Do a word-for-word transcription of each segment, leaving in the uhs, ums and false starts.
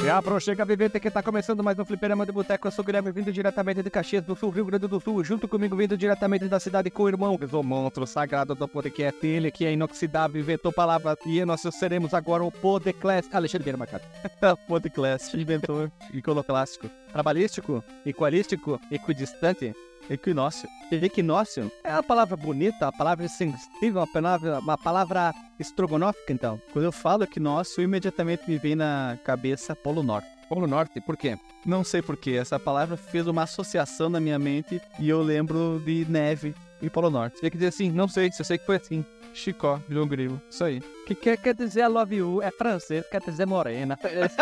E a Prochega Vivente que tá começando mais um Fliperama de Boteco. Eu sou o Guilherme, vindo diretamente de Caxias do Sul, Rio Grande do Sul. Junto comigo, vindo diretamente da cidade com o irmão, o monstro sagrado do podcast. Ele que é inoxidável, inventou palavras. E nós seremos agora o Podcast. Alexandre Vieira Machado. Podcast, inventor, iconoclástico, trabalhístico, equalístico, equidistante. Equinócio. Equinócio é uma palavra bonita, uma palavra sensível, uma palavra, uma palavra estrogonófica, então. Quando eu falo equinócio, imediatamente me vem na cabeça Polo Norte. Polo Norte, por quê? Não sei porquê, essa palavra fez uma associação na minha mente e eu lembro de neve e Polo Norte. Tinha que dizer assim, não sei, só sei que foi assim. Chicó, João Grilo, isso aí. Que quer, quer dizer I love you, é francês, quer dizer morena.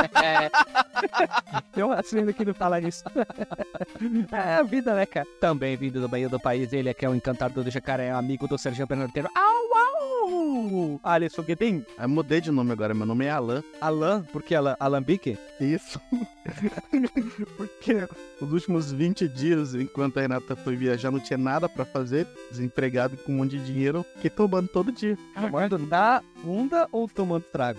Tem um assinante que não fala isso. É a vida, né, cara? Também vindo do meio do país, ele é que é o encantador do jacaré, amigo do Serginho Bernardeiro. Au, au! Alisson Guedin. Eu mudei de nome agora, meu nome é Alan. Alan? Por que Alan? Alambique? Isso. Porque os últimos vinte dias, enquanto a Renata foi viajar, não tinha nada pra fazer, desempregado com um monte de dinheiro, que tomando todo dia. Tomando na bunda ou tomando trago?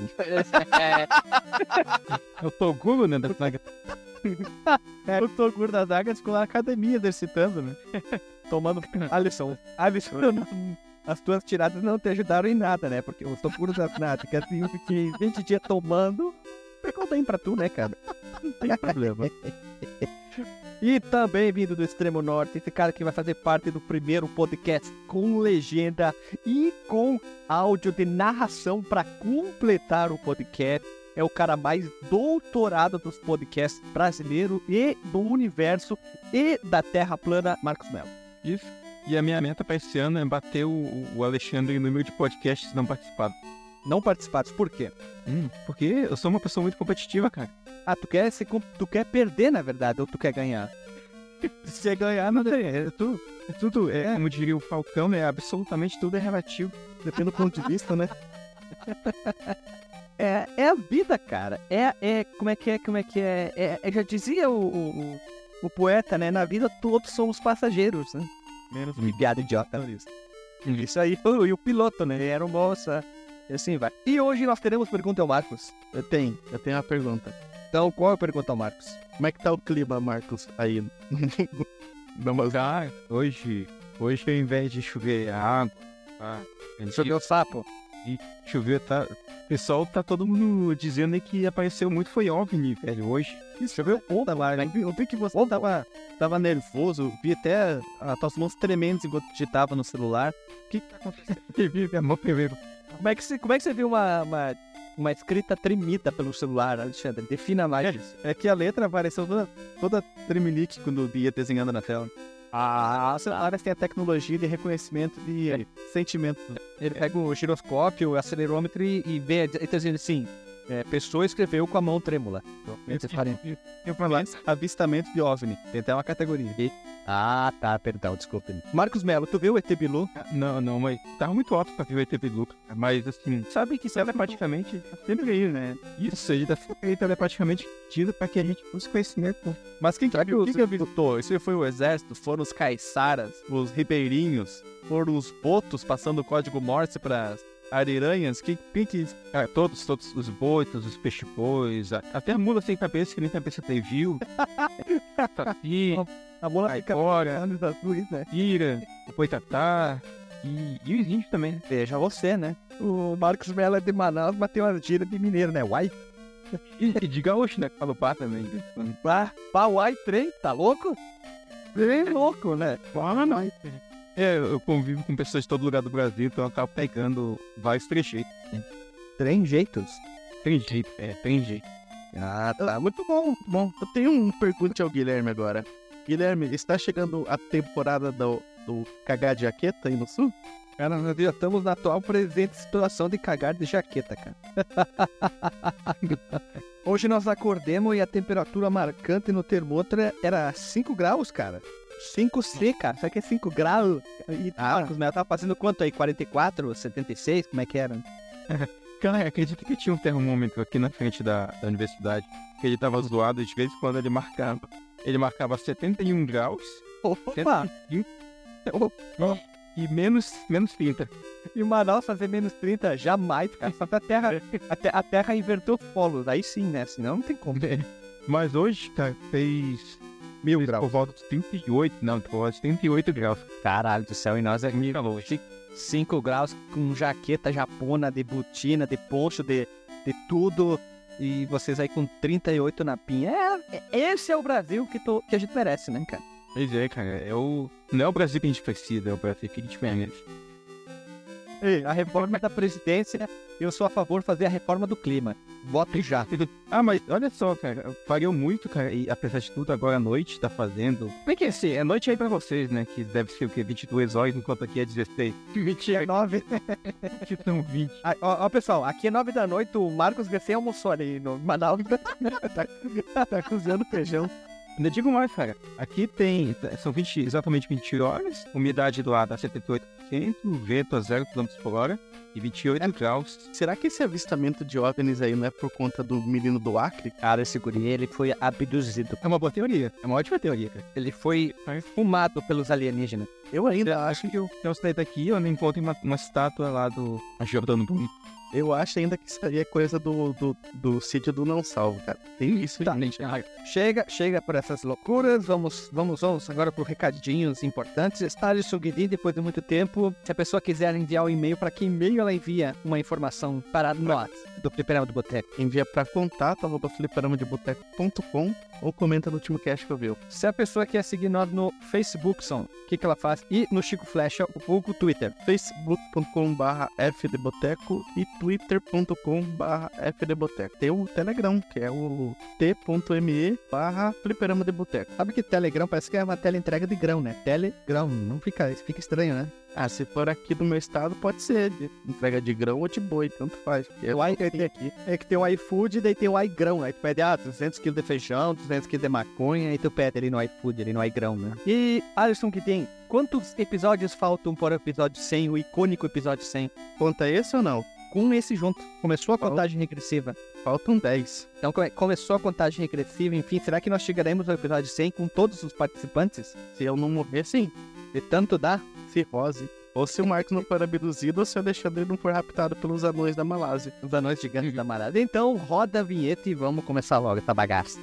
Eu tô gordo, né, da zaga. Eu tô gordo da zaga, ficou na academia exercitando, né? Tomando... Alisson, Alisson, as tuas tiradas não te ajudaram em nada, né? Porque eu tô gordo da nada, que assim, eu fiquei vinte dias tomando, ficou bem pra tu, né, cara? Não tem problema. E também vindo do extremo norte, esse cara que vai fazer parte do primeiro podcast com legenda e com áudio de narração para completar o podcast. É o cara mais doutorado dos podcasts brasileiro e do universo e da Terra plana, Marcos Mello. Isso. E a minha meta para esse ano é bater o, o Alexandre no número de podcasts não participados. Não participados, por quê? Hum, porque eu sou uma pessoa muito competitiva, cara. Ah, tu quer, se, tu quer perder, na verdade, ou tu quer ganhar? Se é ganhar, não tem. É tudo, é tudo, é, como diria o Falcão, né? Absolutamente tudo é relativo. Depende do ponto de vista, né? É, é a vida, cara. É, é, como é que é, como é que é? é, é já dizia o, o, o poeta, né? Na vida todos somos passageiros, né? Menos um piada idiota. Isso. Isso aí, e o piloto, né? Era um moça. E assim vai. E hoje nós teremos pergunta ao Marcos. Eu tenho, eu tenho uma pergunta. Então, qual é a pergunta ao Marcos? Como é que tá o clima, Marcos, aí? Não, mas ah, hoje, hoje ao invés de chover água, ah, choveu sapo. E choveu, tá? O pessoal tá todo mundo dizendo que apareceu muito, foi OVNI, velho, hoje. Isso, choveu onda lá, né? Eu vi que você tava, tava nervoso, vi até as tuas mãos tremendo enquanto digitava no celular. O que que tá acontecendo? Eu vi minha mão primeiro. Como é que você, como é que você viu uma, uma, uma escrita tremida pelo celular, Alexandre? Defina mais isso. É que a letra apareceu toda, toda tremelique quando eu ia desenhando na tela. Ah, os celulares têm a tecnologia de reconhecimento de é. sentimentos. Ele pega o giroscópio, o acelerômetro e, e vê, e tá dizendo assim, é, pessoa escreveu com a mão trêmula. Eu falei, avistamento de OVNI, tem até uma categoria. E... Ah, tá, perdão, desculpa. Marcos Mello, tu viu o E T Bilu? Não, não, mas tava muito alto pra ver o E T Bilu, mas assim, sabe que telepaticamente tá sempre aí, né? Isso aí tá sempre aí telepaticamente tido pra que a gente use conhecimento. Mas quem que, que, que, que visitou? Isso foi o exército? Foram os caiçaras, os ribeirinhos, foram os botos passando o código Morse pras ariranhas? Que, que, que... Ah, todos, todos os botos, os peixe-bois, até a mula sem cabeça, que nem cabeça tem, viu? Saci, a mula fica olhando das luzes, né? Ira, o boitatá e, e os índios também, né? Veja você, né? O Marcos Mello é de Manaus, mas tem uma gíria de mineiro, né? Uai. E, e de gaúcho, né? Fala pá também. Pá, pá, uai, trem, tá louco? Bem louco, né? Fala não. É, eu convivo com pessoas de todo lugar do Brasil, então eu acabo pegando vários trejeitos. Né? Trejeitos? Trejeito, é, trejeito. Ah, tá. Muito bom, muito bom. Eu tenho um pergunte ao Guilherme agora. Guilherme, está chegando a temporada do, do cagar de jaqueta aí no sul? Cara, nós já estamos na atual presente situação de cagar de jaqueta, cara. Hoje nós acordemos e a temperatura marcante no termômetro era cinco graus, cara. cinco C, cara. Sabe que é cinco graus? E, ah, Marcos Mello tava fazendo quanto aí? quarenta e quatro, setenta e seis? Como é que era? Cara, acredito que tinha um termômetro aqui na frente da, da universidade, que ele tava zoado, de vez em quando ele marcava. Ele marcava setenta e um graus. Opa! setenta e um... e menos, menos trinta. E Manaus fazer menos trinta, jamais, cara. Só que a Terra, a, te- a terra inverteu os polos, aí sim, né? Senão não tem como. Mas hoje, cara, fez, Mil fez graus. por volta de trinta e oito, não, por volta de trinta e oito graus. Caralho do céu, e nós é Mil calor. cinco graus com jaqueta japona, de botina, de poncho, de, de tudo. E vocês aí com trinta e oito na pinha. É, é- esse é o Brasil que, tô- que a gente merece, né, cara? Pois é, cara, é o... não é o Brasil que a gente precisa, é o Brasil que a gente merece. Ei, a reforma da presidência, eu sou a favor de fazer a reforma do clima. Voto já. Ah, mas olha só, cara, variou muito, cara, e apesar de tudo, agora à noite tá fazendo... Como é que é assim? É noite aí pra vocês, né, que deve ser o quê? vinte e duas horas, enquanto aqui é dezesseis. vinte e nove. Aqui são vinte. Ah, ó, ó, pessoal, aqui é nove da noite, o Marcos recém almoçou ali no Manaus. Tá, tá cozinhando feijão. Ainda digo mais, cara, aqui tem, são vinte, exatamente vinte horas, umidade do ar dá setenta e oito por cento, vento a zero quilômetros por hora e vinte e oito graus. Será que esse avistamento de OVNIs aí não é por conta do menino do Acre? Cara, esse guri, ele foi abduzido. É uma boa teoria, é uma ótima teoria, cara. Ele foi fumado pelos alienígenas. Eu ainda Eu acho que eu tenho saído daqui, eu não encontro uma, uma estátua lá do Jordano Bruno. Eu acho ainda que isso aí é coisa do, do, do sítio do Não Salvo, cara. Tem isso, Tá, gente. Chega, chega por essas loucuras, vamos, vamos, vamos agora por recadinhos importantes. Alisson Guidi, depois de muito tempo, se a pessoa quiser enviar um e-mail, para que e-mail ela envia uma informação para nós, do Fliperama do Boteco? Envia pra contato, arroba fliperamadeboteco ponto com ou comenta no último cast que eu vi. Se a pessoa quer seguir nós no Facebook, Som, o que, que ela faz? E no Chico Flecha, o Google Twitter. facebook ponto com barra fdboteco e twitter ponto com barra fdboteco. Tem o Telegram, que é o t.me barra fliperama de boteco. Sabe que Telegram parece que é uma tela entrega de grão, né? Telegram, não fica, fica estranho, né? Ah, se for aqui do meu estado, pode ser de entrega de grão ou de boi, tanto faz. porque O i, tem aqui. É que tem o iFood e daí tem o iGrão. Aí tu pede, ah, duzentos quilos de feijão, duzentos quilos de maconha, aí tu pede ali no iFood, ali no iGrão, né? E, Alisson, que tem, quantos episódios faltam para o episódio cem, o icônico episódio cem? Conta esse ou não? Com esse junto, começou a Qual? contagem regressiva. Faltam dez. Então come- começou a contagem regressiva, enfim, será que nós chegaremos ao episódio cem com todos os participantes? Se eu não morrer, sim. De tanto dá? Cirrose. Ou se o Marcos não for abduzido, ou se o Alexandre não for raptado pelos anões da Malásia. Os anões gigantes da marada. Então, roda a vinheta e vamos começar logo essa bagaça.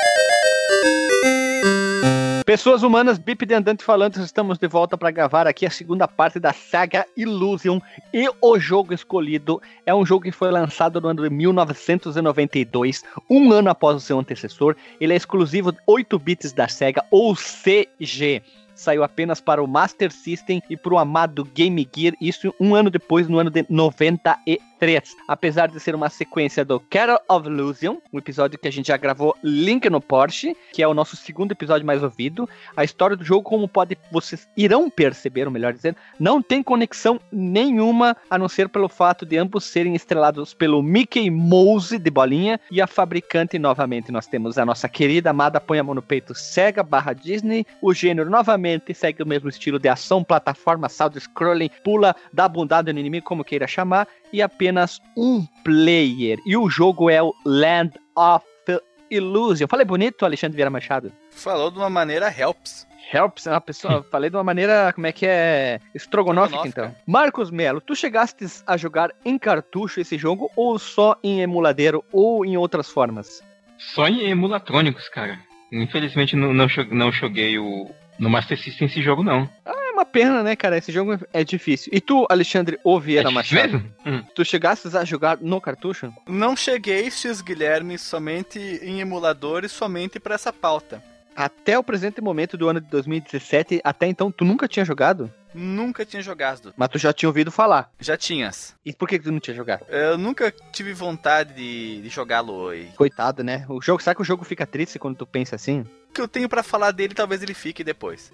Pessoas humanas, bípede andante falante, estamos de volta para gravar aqui a segunda parte da saga Illusion. E o jogo escolhido é um jogo que foi lançado no ano de mil novecentos e noventa e dois, um ano após o seu antecessor. Ele é exclusivo de oito bits da Sega, ou C G. Saiu apenas para o Master System e para o amado Game Gear, isso um ano depois, no ano de noventa e três. Apesar de ser uma sequência do Carol of Illusion, um episódio que a gente já gravou, Link no Porsche, que é o nosso segundo episódio mais ouvido, a história do jogo, como pode, vocês irão perceber, ou melhor dizendo, não tem conexão nenhuma, a não ser pelo fato de ambos serem estrelados pelo Mickey Mouse de bolinha, e a fabricante, novamente, nós temos a nossa querida, amada, põe a mão no peito, Sega barra Disney, o gênero, novamente, segue o mesmo estilo de ação, plataforma, side-scrolling, pula, dá bundada no inimigo, como queira chamar, e apenas um player. E o jogo é o Land of Illusion. Falei bonito, Alexandre Vieira Machado? Falou de uma maneira helps. Helps, é uma pessoa, falei de uma maneira, como é que é, estrogonófica, então. Marcos Melo, tu chegastes a jogar em cartucho esse jogo, ou só em emuladeiro, ou em outras formas? Só em emulatrônicos, cara. Infelizmente não, não, cho- não joguei o... no Master System esse jogo, não. É uma pena, né, cara, esse jogo é difícil. E tu, Alexandre O Vieira É difícil Machado, mesmo? Hum. tu chegastes a jogar no cartucho? Não cheguei, X Guilherme, somente em emuladores, somente para essa pauta. Até o presente momento do ano de dois mil e dezessete, até então, tu nunca tinha jogado? Nunca tinha jogado. Mas tu já tinha ouvido falar. Já tinhas. E por que que tu não tinha jogado? Eu nunca tive vontade de, de jogá-lo. E Coitado, né? O jogo, sabe que o jogo fica triste quando tu pensa assim? o que eu tenho pra falar dele, talvez ele fique depois.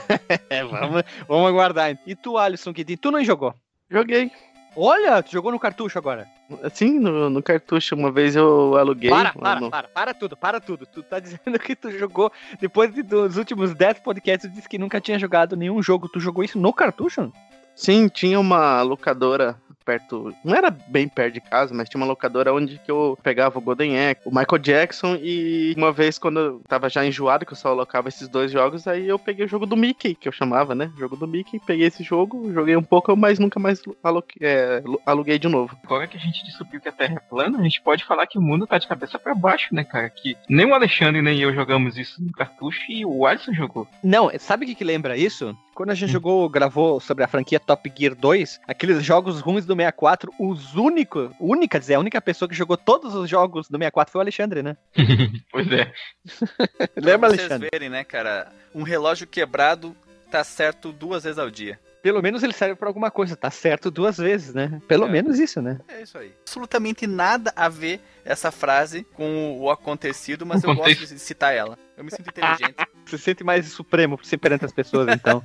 É, vamos, vamos aguardar. E tu, Alisson, que tu não jogou? Joguei. Olha, tu jogou no cartucho agora. Assim, no, no cartucho, uma vez eu aluguei. Para, para, no- para, para tudo, para tudo. Tu tá dizendo que tu jogou, depois de- dos últimos dez podcasts, tu disse que nunca tinha jogado nenhum jogo. Tu jogou isso no cartucho? Sim, tinha uma locadora perto, não era bem perto de casa, mas tinha uma locadora onde que eu pegava o Golden Axe, o Michael Jackson, e uma vez quando eu tava já enjoado que eu só alocava esses dois jogos, aí eu peguei o jogo do Mickey, que eu chamava, né? Jogo do Mickey, peguei esse jogo, joguei um pouco, mas nunca mais aloquei, é, aluguei de novo. Agora que a gente descobriu que a Terra é plana, a gente pode falar que o mundo tá de cabeça pra baixo, né, cara? Que nem o Alexandre nem eu jogamos isso no cartucho e o Alisson jogou. Não, sabe o que, que lembra isso? Quando a gente hum. jogou, gravou sobre a franquia Top Gear dois, aqueles jogos ruins do sessenta e quatro, os únicos, única, quer dizer, a única pessoa que jogou todos os jogos do sessenta e quatro foi o Alexandre, né? Pois é. Lembra, pra vocês Alexandre? verem, né, cara? Um relógio quebrado tá certo duas vezes ao dia. Pelo menos ele serve pra alguma coisa, tá certo duas vezes, né? Pelo é. menos isso, né? É isso aí. Absolutamente nada a ver essa frase com o acontecido, mas eu gosto de citar ela. Eu me sinto inteligente. Você se sente mais supremo perante as pessoas, então.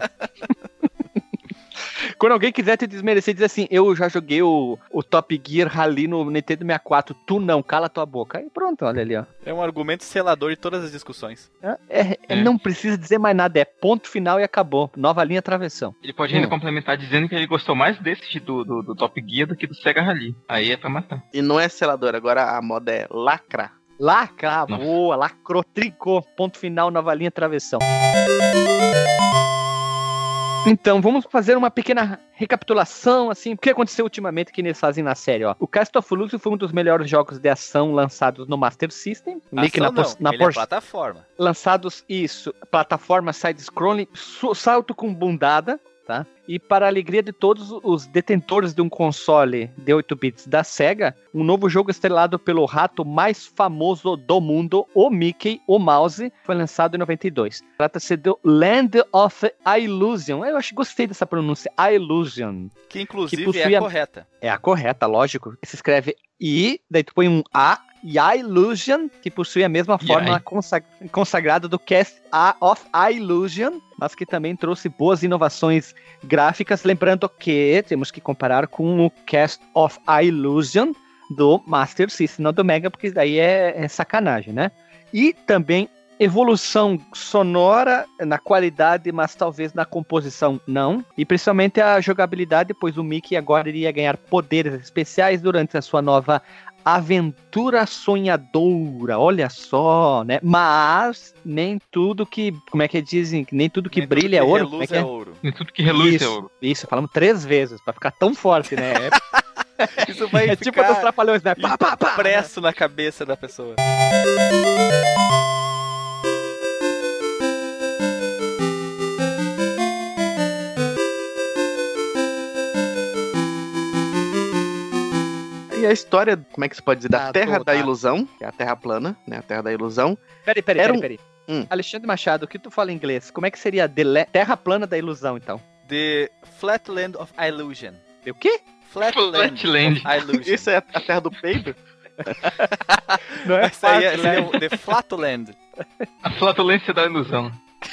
Quando alguém quiser te desmerecer, diz assim, eu já joguei o, o Top Gear Rally no Nintendo sessenta e quatro, tu não, cala tua boca. Aí pronto, olha ali, ó. É um argumento selador de todas as discussões. É, é, é. Não precisa dizer mais nada, é ponto final e acabou. Nova linha travessão. Ele pode ainda hum. complementar dizendo que ele gostou mais desse do, do, do Top Gear do que do Sega Rally. Aí é pra matar. E não é selador, agora a moda é lacra. Lacra, boa, lacrou, trincou, ponto final, nova linha travessão. Então, vamos fazer uma pequena recapitulação, assim, o que aconteceu ultimamente que eles fazem na série, ó. O Cast of Illusion foi um dos melhores jogos de ação lançados no Master System. Ação na não, na ele por... é plataforma. Lançados, isso, plataforma side-scrolling, salto com bundada, tá? E para a alegria de todos os detentores de um console de oito bits da SEGA, um novo jogo estrelado pelo rato mais famoso do mundo, o Mickey, o Mouse, foi lançado em noventa e dois. Trata-se do Land of Illusion. Eu acho gostei dessa pronúncia, Illusion. Que inclusive que é a correta. É a correta, lógico. Se escreve I, daí tu põe um A, e a Illusion, que possui a mesma forma consag- consagrada do Cast of Illusion, mas que também trouxe boas inovações gráficas, lembrando que temos que comparar com o Cast of Illusion do Master System, não do Mega, porque daí é, é sacanagem, né? E também evolução sonora na qualidade, mas talvez na composição não. E principalmente a jogabilidade, pois o Mickey agora iria ganhar poderes especiais durante a sua nova aventura sonhadora, olha só, né? Mas nem tudo que, como é que dizem, nem tudo que nem brilha tudo que é ouro, como é que é? é ouro. Nem tudo que reluz isso, é ouro. Isso, falamos três vezes pra ficar tão forte, né? É, isso vai é tipo dos trapalhões, né? Pá, pá, pá, impresso na cabeça da pessoa. E a história, como é que se pode dizer, da ah, Terra tô, da tá. Ilusão, que é a Terra plana, né, a Terra da Ilusão. Peraí, peraí, Era peraí, um... peraí. Hum. Alexandre Machado, o que tu fala em inglês? Como é que seria the Terra plana da ilusão, então? The Flatland of Illusion. O quê? Flatland, Flatland. of Illusion. Isso é a Terra do peido? Não é Essa aí é, seria o The Flatland. A flatulência da ilusão.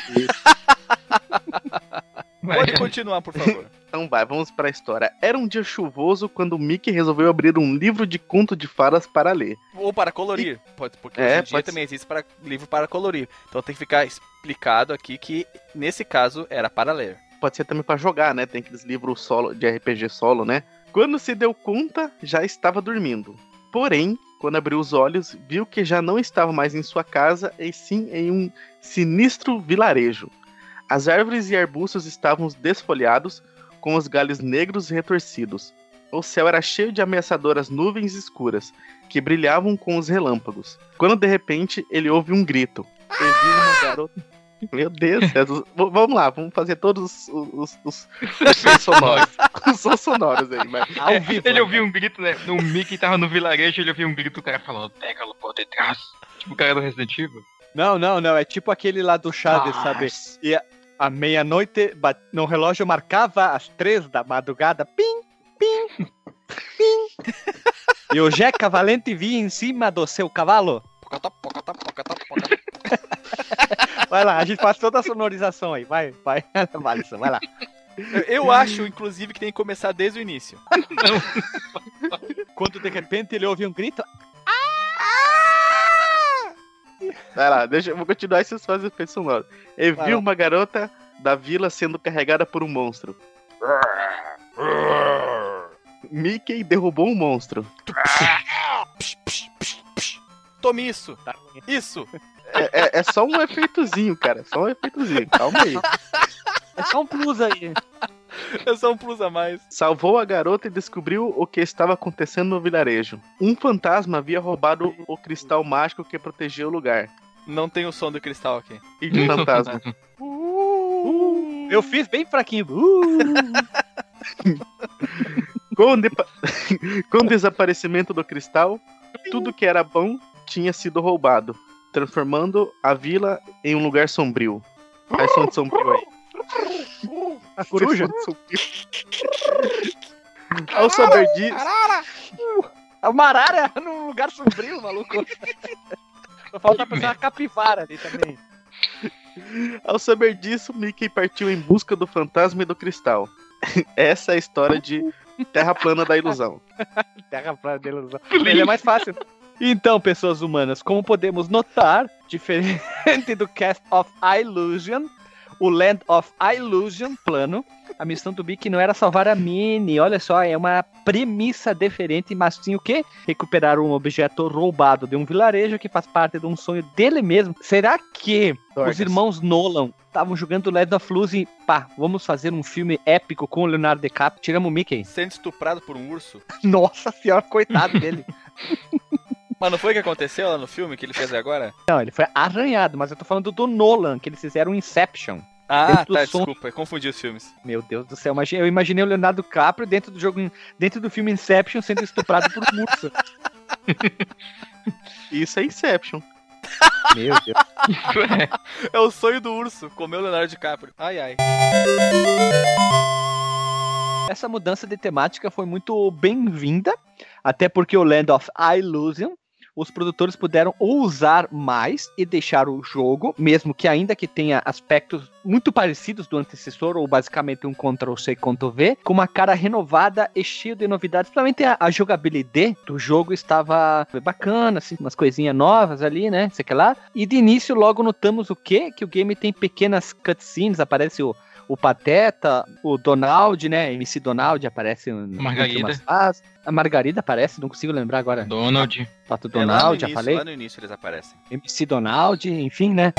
Pode continuar, por favor. Então vai, vamos pra história. Era um dia chuvoso quando o Mickey resolveu abrir um livro de conto de fadas para ler. Ou para colorir. E... Pode, porque é, hoje em dia pode... também existe para, livro para colorir. Então tem que ficar explicado aqui que, nesse caso, era para ler. Pode ser também para jogar, né? Tem aqueles livros solo, de R P G solo, né? Quando se deu conta, já estava dormindo. Porém, quando abriu os olhos, viu que já não estava mais em sua casa, e sim em um sinistro vilarejo. As árvores e arbustos estavam desfolhados, com os galhos negros e retorcidos. O céu era cheio de ameaçadoras nuvens escuras, que brilhavam com os relâmpagos. Quando de repente ele ouve um grito. Ele viu uma garota... Meu Deus, v- vamos lá, vamos fazer todos os, os, os, os sons sonoros. Os sons sonoros aí, mas... Ao vivo, ele ouviu um grito, né? O Mickey tava no vilarejo, ele ouviu um grito, o cara falando, pega-lo por detrás. Tipo o cara do Resident Evil. Não, não, não, é tipo aquele lá do Chaves, Ah, sabe? E a, a meia-noite, bat- no relógio marcava as três da madrugada, pim, pim, pim. E o Jeca Valente vinha em cima do seu cavalo. Vai lá, a gente faz toda a sonorização aí, vai, vai, Alisson, vai lá. Eu, eu acho, inclusive, que tem que começar desde o início. Quando de repente ele ouve um grito... Vai lá, deixa, eu vou continuar e vocês fazem o efeito sonoro. Ele Vai viu lá. uma garota da vila sendo carregada por um monstro. Mickey derrubou um monstro. Tome isso. Isso. É, é, é só um efeitozinho, cara. Só um efeitozinho. Calma aí. É só um plus aí. É só um plus a mais. Salvou a garota e descobriu o que estava acontecendo no vilarejo. Um fantasma havia roubado o cristal mágico que protegia o lugar. Não tem o som do cristal aqui. E de fantasma. Uh, eu fiz bem fraquinho. Uh. Com, o depa- Com o desaparecimento do cristal, tudo que era bom tinha sido roubado, transformando a vila em um lugar sombrio. Faz som de sombrio aí. A coruja? Ao saber disso, Uma arara num lugar sombrio, maluco. Só falta pensar uma capivara ali também. ao saber disso, Mickey partiu em busca do fantasma e do cristal. Essa é a história de Terra Plana da Ilusão. Terra plana da ilusão. Ele é mais fácil. Então, pessoas humanas, como podemos notar, diferente do Cast of Illusion, o Land of Illusion plano, a missão do Mickey não era salvar a Minnie. Olha só, é uma premissa diferente, mas sim o quê? Recuperar um objeto roubado de um vilarejo que faz parte de um sonho dele mesmo. Será que Dorcas. os irmãos Nolan estavam jogando Land of Illusion e pá, vamos fazer um filme épico com o Leonardo DiCaprio, tiramos o Mickey? Sendo estuprado por um urso. Nossa senhora, coitado dele. Mas não foi o que aconteceu lá no filme que ele fez agora? Não, ele foi arranhado, mas eu tô falando do Nolan, que eles fizeram Inception. Ah, Dentro do tá, som- desculpa, eu confundi os filmes. Meu Deus do céu, imagi- eu imaginei o Leonardo DiCaprio dentro do jogo, dentro do filme Inception sendo estuprado por um urso. Isso é Inception. Meu Deus. É o sonho do urso, comer o Leonardo DiCaprio. Ai, ai. Essa mudança de temática foi muito bem-vinda, até porque o Land of Illusion, os produtores puderam ousar mais e deixar o jogo, mesmo que ainda que tenha aspectos muito parecidos do antecessor, ou basicamente um Ctrl-C, Ctrl-V, com uma cara renovada e cheio de novidades. Principalmente a, a jogabilidade do jogo estava bacana, assim, umas coisinhas novas ali, né, sei que lá. E de início logo notamos o quê? Que o game tem pequenas cutscenes, aparece o O Pateta, o Donald, né? M C Donald aparece no Margarida. A Margarida aparece, não consigo lembrar agora. Donald. Pato É lá no Donald, já início, falei. Lá no início eles aparecem. M C Donald, enfim, né?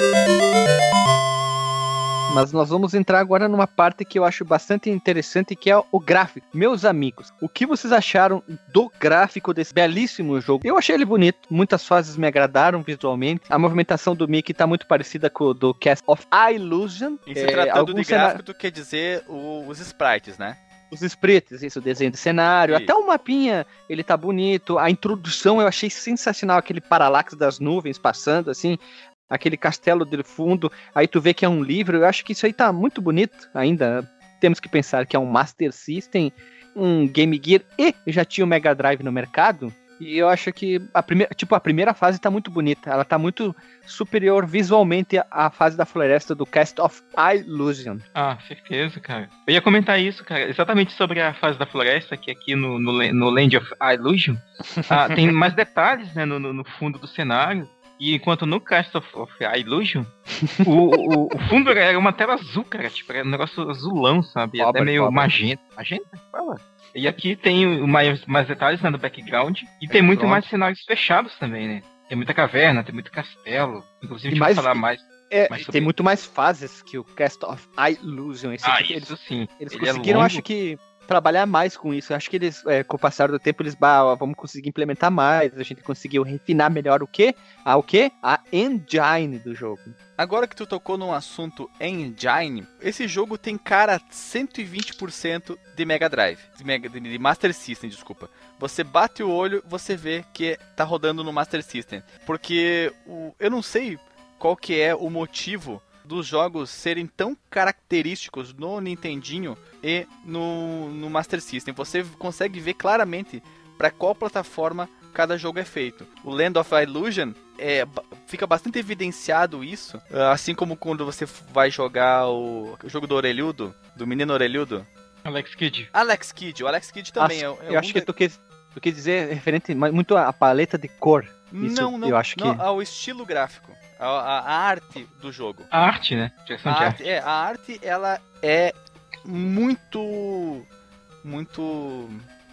Mas nós vamos entrar agora numa parte que eu acho bastante interessante, que é o gráfico. Meus amigos, o que vocês acharam do gráfico desse belíssimo jogo? Eu achei ele bonito, muitas fases me agradaram visualmente. A movimentação do Mickey tá muito parecida com o do Cast of Illusion. E se É, tratando de alguns gráfico, cenários- tu quer dizer o- os sprites, né? Os sprites, isso, o desenho de cenário, Isso. até o mapinha, ele tá bonito. A introdução eu achei sensacional, aquele paralaxe das nuvens passando, assim, aquele castelo de fundo, aí tu vê que é um livro, eu acho que isso aí tá muito bonito ainda. Temos que pensar que é um Master System, um Game Gear e já tinha o Mega Drive no mercado. E eu acho que a primeira, tipo, a primeira fase tá muito bonita, ela tá muito superior visualmente à- à fase da floresta do Cast of Illusion. Ah, certeza, cara. Eu ia comentar isso, cara, exatamente sobre a fase da floresta, que aqui no, no, La- no Land of Illusion ah, tem mais detalhes, né, no, no- no fundo do cenário. E enquanto no Cast of, of Illusion, o, o, o fundo era uma tela azul, cara, tipo, era um negócio azulão, sabe? Pobre, Até meio pobre. magenta. Magenta? Fala. E aqui tem mais, mais detalhes, né, do background. E tem muito Pronto. mais cenários fechados também, né? Tem muita caverna, tem muito castelo. Inclusive, a E gente mais- vai falar mais. É, Mas sobre- tem muito mais fases que o Cast of Illusion. Esse Ah, aqui, eles, isso sim. eles Ele é conseguiram, longo. acho que, trabalhar mais com isso. Eu acho que eles, é, com o passar do tempo, eles bah, ó, vamos conseguir implementar mais. A gente conseguiu refinar melhor o quê? A o quê? A engine do jogo. Agora que tu tocou num assunto engine, esse jogo tem cara cento e vinte por cento de Mega Drive, de, Mega, de- de Master System, desculpa. Você bate o olho, você vê que tá rodando no Master System. Porque o, eu não sei qual que é o motivo dos jogos serem tão característicos no Nintendinho e no, no Master System. Você consegue ver claramente para qual plataforma cada jogo é feito. O Land of Illusion é, ba- fica bastante evidenciado isso, ah, assim como quando você f- vai jogar o, o jogo do orelhudo, do menino orelhudo. Alex Kidd. Alex Kidd, o Alex Kidd também Acho- é, é eu acho um que da- tu quis, tu quis dizer referente mas muito à paleta de cor. Isso, não, não, eu acho que- não, ao estilo gráfico, a, a- a arte do jogo. A arte, né? Direção A de arte. arte, é, a arte, ela é muito, muito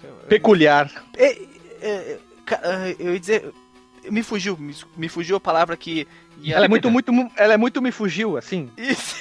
Peculiar. É, é, é, eu ia dizer... Me fugiu, me, me fugiu a palavra que... Ia... Ela é muito, muito, ela é muito me fugiu, assim. Isso.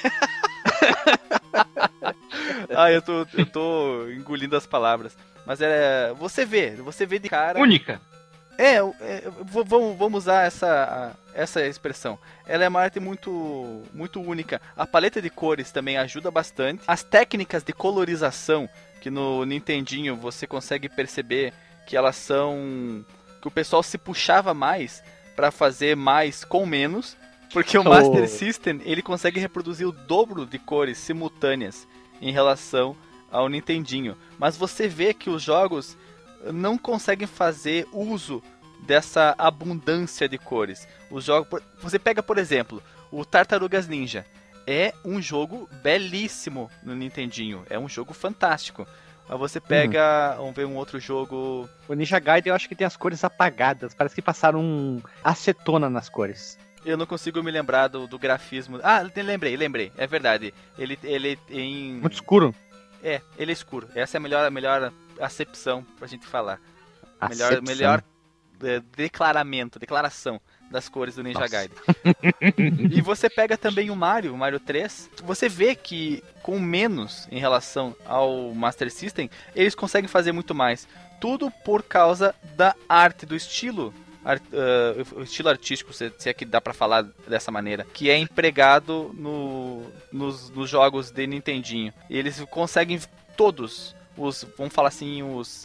Ah, eu tô, eu tô engolindo as palavras. Mas é... Você vê, você vê de cara... Única. É, é v- vamos, vamos usar essa, essa expressão. Ela é uma arte muito, muito única. A paleta de cores também ajuda bastante. As técnicas de colorização, que no Nintendinho você consegue perceber que elas são... que o pessoal se puxava mais pra fazer mais com menos, porque o Oh. Master System ele consegue reproduzir o dobro de cores simultâneas em relação ao Nintendinho. Mas você vê que os jogos não conseguem fazer uso dessa abundância de cores. Os jogos, você pega, por exemplo, o Tartarugas Ninja. É um jogo belíssimo no Nintendinho, é um jogo fantástico. Mas você pega, vamos ver um outro jogo... O Ninja Gaiden eu acho que tem as cores apagadas. Parece que passaram um acetona nas cores. Eu não consigo me lembrar do, do grafismo. Ah, lembrei, lembrei. É verdade. Ele, ele em... Muito escuro. É, ele é escuro. Essa é a melhor, a melhor acepção pra gente falar. Melhor, Acepção. melhor é, declaramento, declaração das cores do Ninja Nossa. Gaiden. E você pega também o Mario, o Mario três. Você vê que com menos em relação ao Master System, eles conseguem fazer muito mais. Tudo por causa da arte, do estilo, art, uh, o estilo artístico, se, se é que dá pra falar dessa maneira, que é empregado no, nos, nos jogos de Nintendinho. E eles conseguem todos os, vamos falar assim, os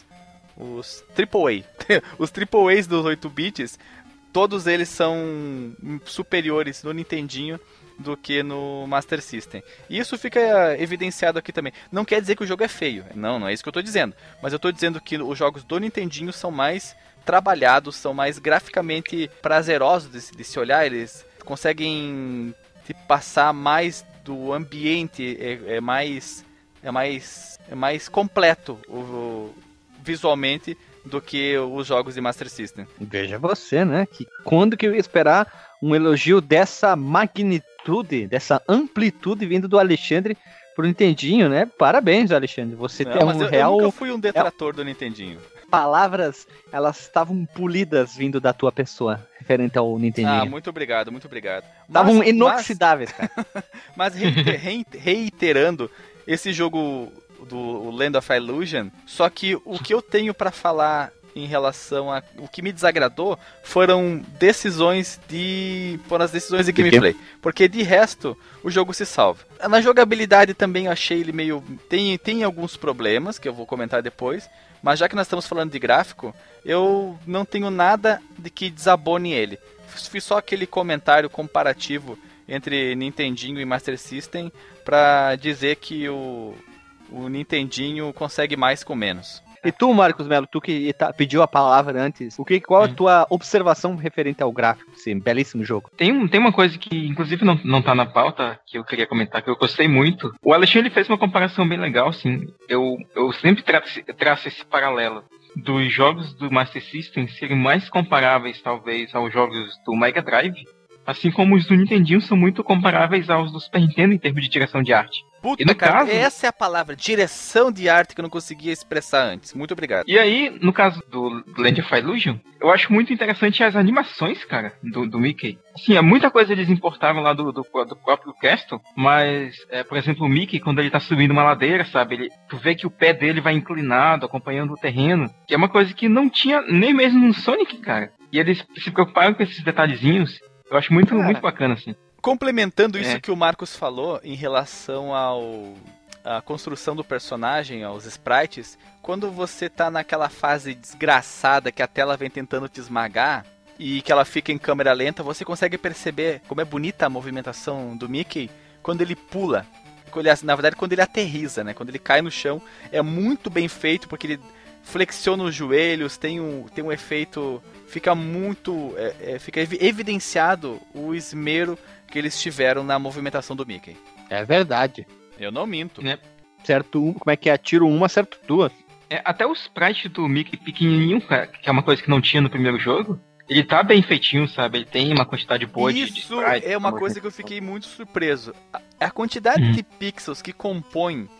os Triple A. Os Triple A's dos oito bits, todos eles são superiores no Nintendinho do que no Master System. E isso fica evidenciado aqui também. Não quer dizer que o jogo é feio. Não, não é isso que eu tô dizendo. Mas eu tô dizendo que os jogos do Nintendinho são mais trabalhados, são mais graficamente prazerosos de, de se olhar. Eles conseguem te passar mais do ambiente, é, é mais é mais é mais completo o, o, visualmente do que os jogos de Master System. Veja você, né? Que quando que eu ia esperar um elogio dessa magnitude, dessa amplitude vindo do Alexandre pro Nintendinho, né? Parabéns, Alexandre. Você Não, tem mas um eu, real... eu nunca fui um detrator do Nintendinho. Palavras, elas estavam polidas vindo da tua pessoa, referente ao Ah, Nintendinho. muito obrigado, muito obrigado. Estavam Mas- inoxidáveis, cara. Mas, mas reiter- reiter- reiterando, esse jogo do Land of Illusion, só que o que eu tenho pra falar em relação a o que me desagradou foram decisões de foram as decisões de De quê? gameplay, porque de resto o jogo se salva. Na jogabilidade também eu achei ele meio tem tem alguns problemas que eu vou comentar depois, mas já que nós estamos falando de gráfico, eu não tenho nada de que desabone ele. Fiz só aquele comentário comparativo entre Nintendinho e Master System pra dizer que o o Nintendinho consegue mais com menos. E tu, Marcos Melo, tu que tá- pediu a palavra antes, o que, qual a Hum. tua observação referente ao gráfico desse belíssimo jogo? Tem, um- tem uma coisa que, inclusive, não, não tá na pauta, que eu queria comentar, que eu gostei muito. O Alexandre fez uma comparação bem legal, assim. Eu, eu sempre traço, traço esse paralelo dos jogos do Master System serem mais comparáveis, talvez, aos jogos do Mega Drive, assim como os do Nintendinho são muito comparáveis aos do Super Nintendo em termos de direção de arte. Puta, E no cara, caso- essa é a palavra, direção de arte que eu não conseguia expressar antes. Muito obrigado. E aí, no caso do Land of Illusion, eu acho muito interessante as animações, cara, do, do Mickey. Assim, é muita coisa eles importaram lá do, do, do próprio Castle, mas, é, por exemplo, o Mickey, quando ele tá subindo uma ladeira, sabe, ele, tu vê que o pé dele vai inclinado, acompanhando o terreno, que é uma coisa que não tinha nem mesmo no Sonic, cara. E eles se preocuparam com esses detalhezinhos. Eu acho muito, Cara, muito bacana, assim. Complementando isso É. que o Marcos falou em relação ao a construção do personagem, aos sprites, quando você tá naquela fase desgraçada que a tela vem tentando te esmagar e que ela fica em câmera lenta, você consegue perceber como é bonita a movimentação do Mickey quando ele pula. Na verdade, quando ele aterriza, né? Quando ele cai no chão, é muito bem feito porque ele flexiona os joelhos, tem um, tem um efeito, fica muito, é, é, fica evi- evidenciado o esmero que eles tiveram na movimentação do Mickey. É verdade. Eu não minto. Né? Certo um, como é que é? Tiro uma, acerto duas. É, até o sprite do Mickey pequenininho, cara, que é uma coisa que não tinha no primeiro jogo, ele tá bem feitinho, sabe? Ele tem uma quantidade boa de, de Isso sprite, é uma uma coisa que eu fiquei muito surpreso. A, a quantidade Hum. de pixels que compõem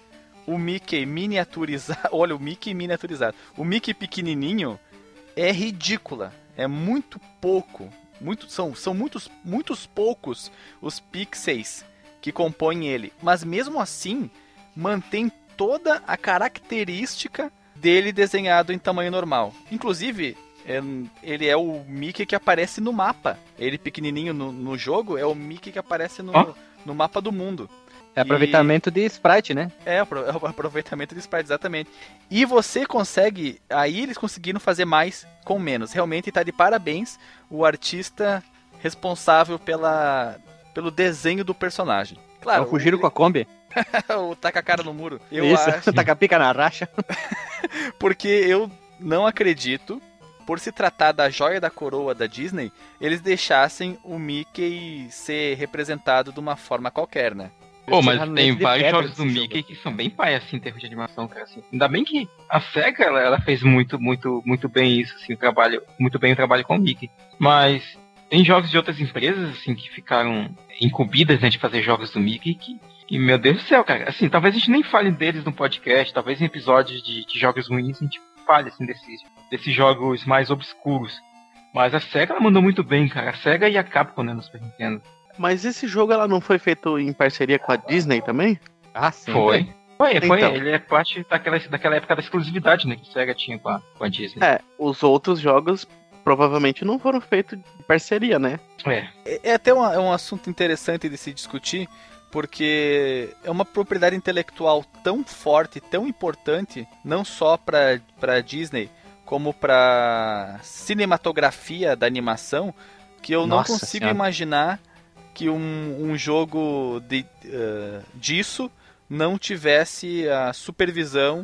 o Mickey miniaturizado, olha, o Mickey miniaturizado, o Mickey pequenininho é ridícula, é muito pouco, muito, são, são muitos, muitos poucos os pixels que compõem ele, mas mesmo assim mantém toda a característica dele desenhado em tamanho normal. Inclusive, é, ele é o Mickey que aparece no mapa. Ele pequenininho no, no jogo é o Mickey que aparece no, oh. no mapa do mundo. É aproveitamento e... de sprite, né? É, é o aproveitamento de sprite, exatamente. E você consegue... Aí eles conseguiram fazer mais com menos. Realmente tá de parabéns o artista responsável pela, pelo desenho do personagem. Claro, Não fugiram o... com a Kombi? o taca a cara no muro. Eu Isso, acho... taca a pica na racha. Porque eu não acredito, por se tratar da joia da coroa da Disney, eles deixassem o Mickey ser representado de uma forma qualquer, né? Pô, mas tem vários jogos do Mickey jogo. que são bem pai, assim, em termos de animação, cara, assim. Ainda bem que a SEGA, ela, ela fez muito, muito, muito bem isso, assim, o trabalho, muito bem o trabalho com o Mickey. Mas tem jogos de outras empresas, assim, que ficaram incumbidas, né, de fazer jogos do Mickey, que, que, meu Deus do céu, cara, assim, talvez a gente nem fale deles no podcast, talvez em episódios de, de jogos ruins a gente fale, assim, desses, desses jogos mais obscuros. Mas a SEGA, ela mandou muito bem, cara, a SEGA e a Capcom, né, no Super Nintendo. Mas esse jogo, ela não foi feito em parceria com a Disney também? Ah, sim. Foi. Né? Foi, foi. Então. Ele é parte daquela, daquela época da exclusividade, né, que a SEGA tinha com a, com a Disney. É, os outros jogos provavelmente não foram feitos de parceria, né? É. É até um, é um assunto interessante de se discutir, porque é uma propriedade intelectual tão forte, tão importante, não só para para Disney, como para cinematografia da animação, que eu Nossa não consigo senhora. imaginar que um, um jogo de, uh, disso não tivesse a supervisão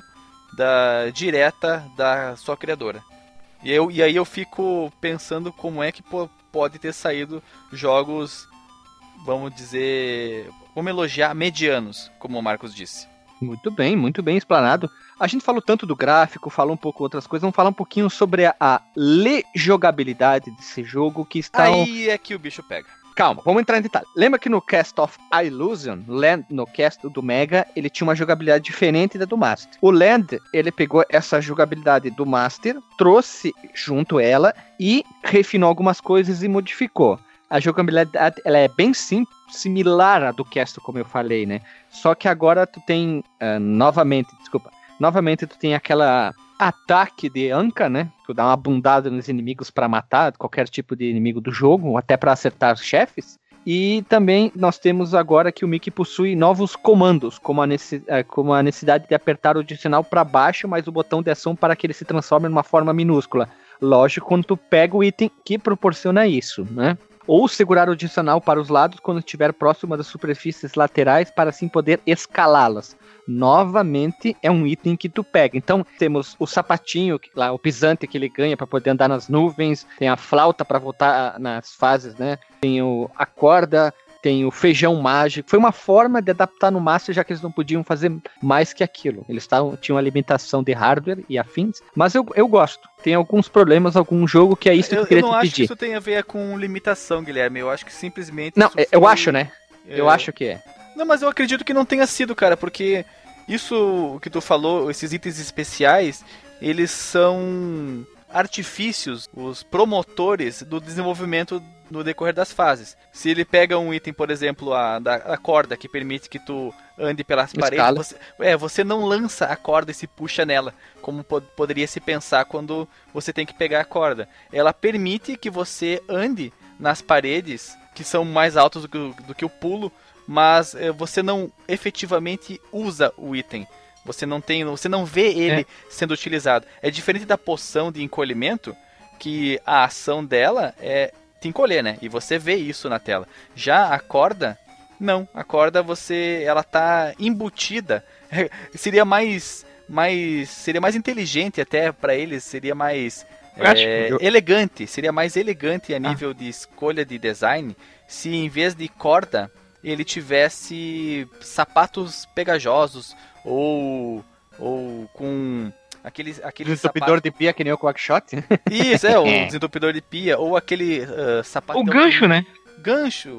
da, direta da sua criadora. E, eu, e aí eu fico pensando como é que pô, pode ter saído jogos, vamos dizer, vamos elogiar, medianos, como o Marcos disse. Muito bem, muito bem explanado. A gente falou tanto do gráfico, falou um pouco outras coisas, vamos falar um pouquinho sobre a, a lejogabilidade desse jogo que está... Aí é que o bicho pega. Calma, vamos entrar em detalhe. Lembra que no Cast of Illusion, Land, no cast do Mega, ele tinha uma jogabilidade diferente da do Master. O Land, ele pegou essa jogabilidade do Master, trouxe junto ela e refinou algumas coisas e modificou. A jogabilidade, ela é bem sim, similar à do Cast, como eu falei, né? Só que agora tu tem, uh, novamente, desculpa, novamente tu tem aquela ataque de anca, né? Tu dá uma bundada nos inimigos para matar qualquer tipo de inimigo do jogo, ou até para acertar os chefes. E também nós temos agora que o Mickey possui novos comandos, como a, necess... como a necessidade de apertar o dicional para baixo, mais o botão de ação para que ele se transforme numa forma minúscula. Lógico, quando tu pega o item que proporciona isso, né? Ou segurar o dicional para os lados quando estiver próximo das superfícies laterais para assim poder escalá-las. Novamente é um item que tu pega. Então temos o sapatinho, lá, o pisante que ele ganha para poder andar nas nuvens, tem a flauta para voltar nas fases, né? Tem o, a corda, tem o feijão mágico. Foi uma forma de adaptar no Master, já que eles não podiam fazer mais que aquilo. Eles tavam, tinham uma limitação de hardware e afins, mas eu, eu gosto. Tem alguns problemas, algum jogo que é isso que eu, eu queria te pedir. Eu não acho que isso tem a ver com limitação, Guilherme. Eu acho que simplesmente... Não, eu foi... acho, né? É... Eu acho que é. Não, mas eu acredito que não tenha sido, cara, porque isso que tu falou, esses itens especiais, eles são artifícios, os promotores do desenvolvimento no decorrer das fases. Se ele pega um item, por exemplo, a, da, a corda, que permite que tu ande pelas paredes, você, é, você não lança a corda e se puxa nela, como pod- poderia se pensar quando você tem que pegar a corda. Ela permite que você ande nas paredes, que são mais altas do que o, do que o pulo, mas é, você não efetivamente usa o item. Você não tem, você não vê ele é. sendo utilizado. É diferente da poção de encolhimento, que a ação dela é te encolher, né? E você vê isso na tela. Já a corda, não. A corda, você, ela tá embutida. seria mais, mais, seria mais inteligente até para eles. Seria mais é, eu... elegante. Seria mais elegante a nível ah. de escolha de design, se em vez de corda ele tivesse sapatos pegajosos ou, ou com aquele, aquele desentupidor sapato... de pia, que nem o Quackshot. Isso, é, o desentupidor de pia, ou aquele uh, sapato... O gancho, né? Gancho,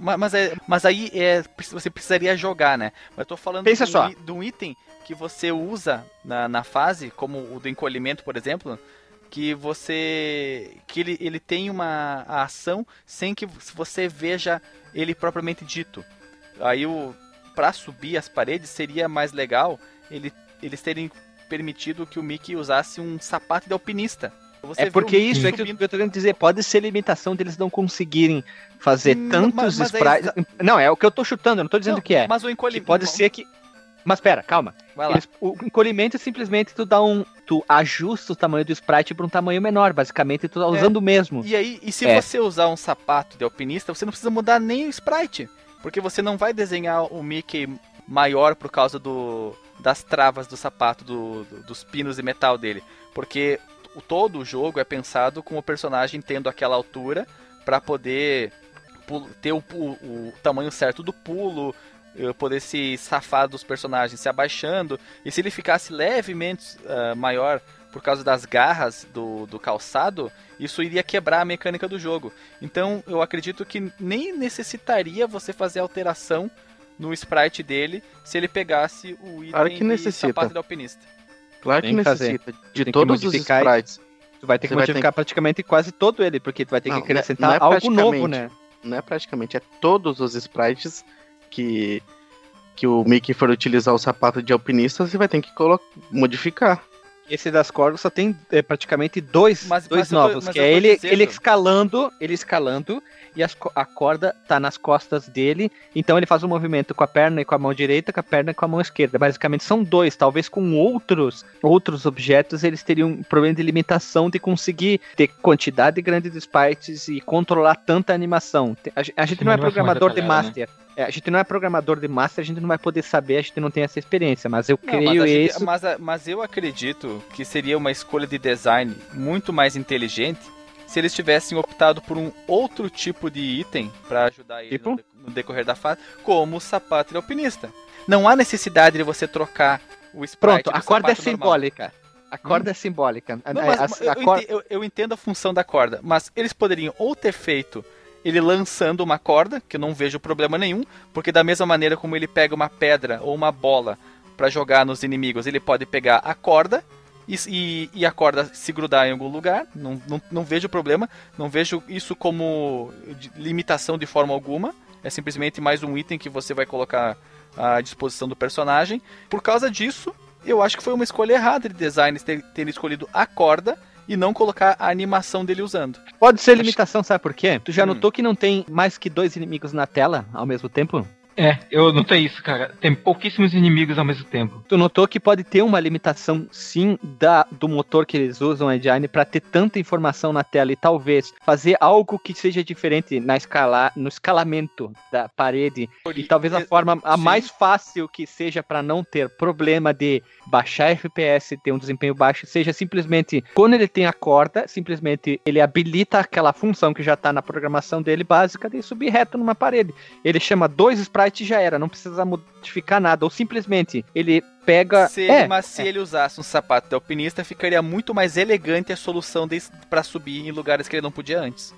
mas, mas, é, mas aí é, você precisaria jogar, né? Mas eu tô falando Pensa de, só. um, de um item que você usa na, na fase, como o do encolhimento, por exemplo, que você... que ele, ele tem uma ação sem que você veja ele propriamente dito. Aí, o, pra subir as paredes, seria mais legal ele, eles terem permitido que o Mickey usasse um sapato de alpinista. Você É vê porque o Mickey isso é que eu subindo- tô querendo dizer. Pode ser limitação deles não conseguirem fazer Hum, tantos mas- mas aí sprites. exa- Não, é o que eu tô chutando, eu não tô dizendo Não, que é. Mas o Que encolhimento... pode ser que. Mas pera, calma. Vai lá. Eles- o encolhimento é simplesmente tu dá um. Tu ajusta o tamanho do sprite para um tamanho menor. Basicamente, tu tá usando o mesmo. E aí, e se É. você usar um sapato de alpinista, você não precisa mudar nem o sprite. Porque você não vai desenhar o Mickey maior por causa do, das travas do sapato, do, do- dos pinos de metal dele. Porque o, todo o jogo é pensado com o personagem tendo aquela altura para poder pu- ter o, pu- o tamanho certo do pulo, eh, poder se safar dos personagens se abaixando. E se ele ficasse levemente ah, maior por causa das garras do, do calçado, isso iria quebrar a mecânica do jogo. Então eu acredito que nem necessitaria você fazer alteração no sprite dele se ele pegasse o Claro item que de necessita. sapato de alpinista. Claro Tem que que fazer. necessita. De Tem que todos os modificar sprites. Tu vai ter que Você vai ter modificar praticamente quase todo ele, porque tu vai ter Não, que acrescentar não é algo praticamente. novo, né? Não é praticamente, é todos os sprites que, que o Mickey for utilizar o sapato de alpinista, você vai ter que colo- modificar. Esse das cordas só tem é, praticamente dois, Mas- dois mas eu tô- novos, mas que eu é tô ele, dizendo- ele escalando, ele escalando, e as co- a corda tá nas costas dele, então ele faz um movimento com a perna e com a mão direita, com a perna e com a mão esquerda. Basicamente são dois, talvez com outros outros objetos eles teriam um problema de limitação de conseguir ter quantidade grande de sprites e controlar tanta animação. Te- A, gen- a gente Uma não é animação mais programador de detalhada, master. É, a gente não é programador de master, a gente não vai poder saber, a gente não tem essa experiência, mas eu Não, mas, creio a gente- isso. mas a- mas eu acredito que seria uma escolha de design muito mais inteligente se eles tivessem optado por um outro tipo de item para ajudar ele Tipo? no, de- no decorrer da fase, como o sapato de alpinista. Não há necessidade de você trocar o sprite Pronto, do a corda é sapato normal. simbólica. A corda é simbólica. A- Não, mas, a- mas a eu, corda- ente- eu- eu entendo a função da corda, mas eles poderiam ou ter feito ele lançando uma corda, que eu não vejo problema nenhum, porque da mesma maneira como ele pega uma pedra ou uma bola pra jogar nos inimigos, ele pode pegar a corda e, e- e a corda se grudar em algum lugar, não, não, não vejo problema, não vejo isso como de- limitação de forma alguma, é simplesmente mais um item que você vai colocar à disposição do personagem. Por causa disso, eu acho que foi uma escolha errada de design ter, ter escolhido a corda e não colocar a animação dele usando. Pode ser limitação, sabe por quê? Tu já Hum. notou que não tem mais que dois inimigos na tela ao mesmo tempo? É, eu notei isso, cara. Tem pouquíssimos inimigos ao mesmo tempo. Tu notou que pode ter uma limitação, sim, da, do motor que eles usam, a engine, para ter tanta informação na tela e talvez fazer algo que seja diferente na escala, no escalamento da parede. E talvez a É, forma a sim. mais fácil que seja para não ter problema de baixar F P S, ter um desempenho baixo, seja simplesmente, quando ele tem a corda, simplesmente ele habilita aquela função que já tá na programação dele básica de subir reto numa parede. Ele chama dois sprites e já era, não precisa modificar nada. Ou simplesmente ele pega. Se ele, é, mas se ele usasse um sapato de alpinista, ficaria muito mais elegante a solução para subir em lugares que ele não podia antes.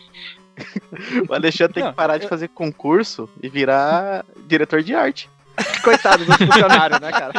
O Alexandre tem Não, que parar de eu- fazer concurso e virar diretor de arte. coitado dos funcionários, né, cara?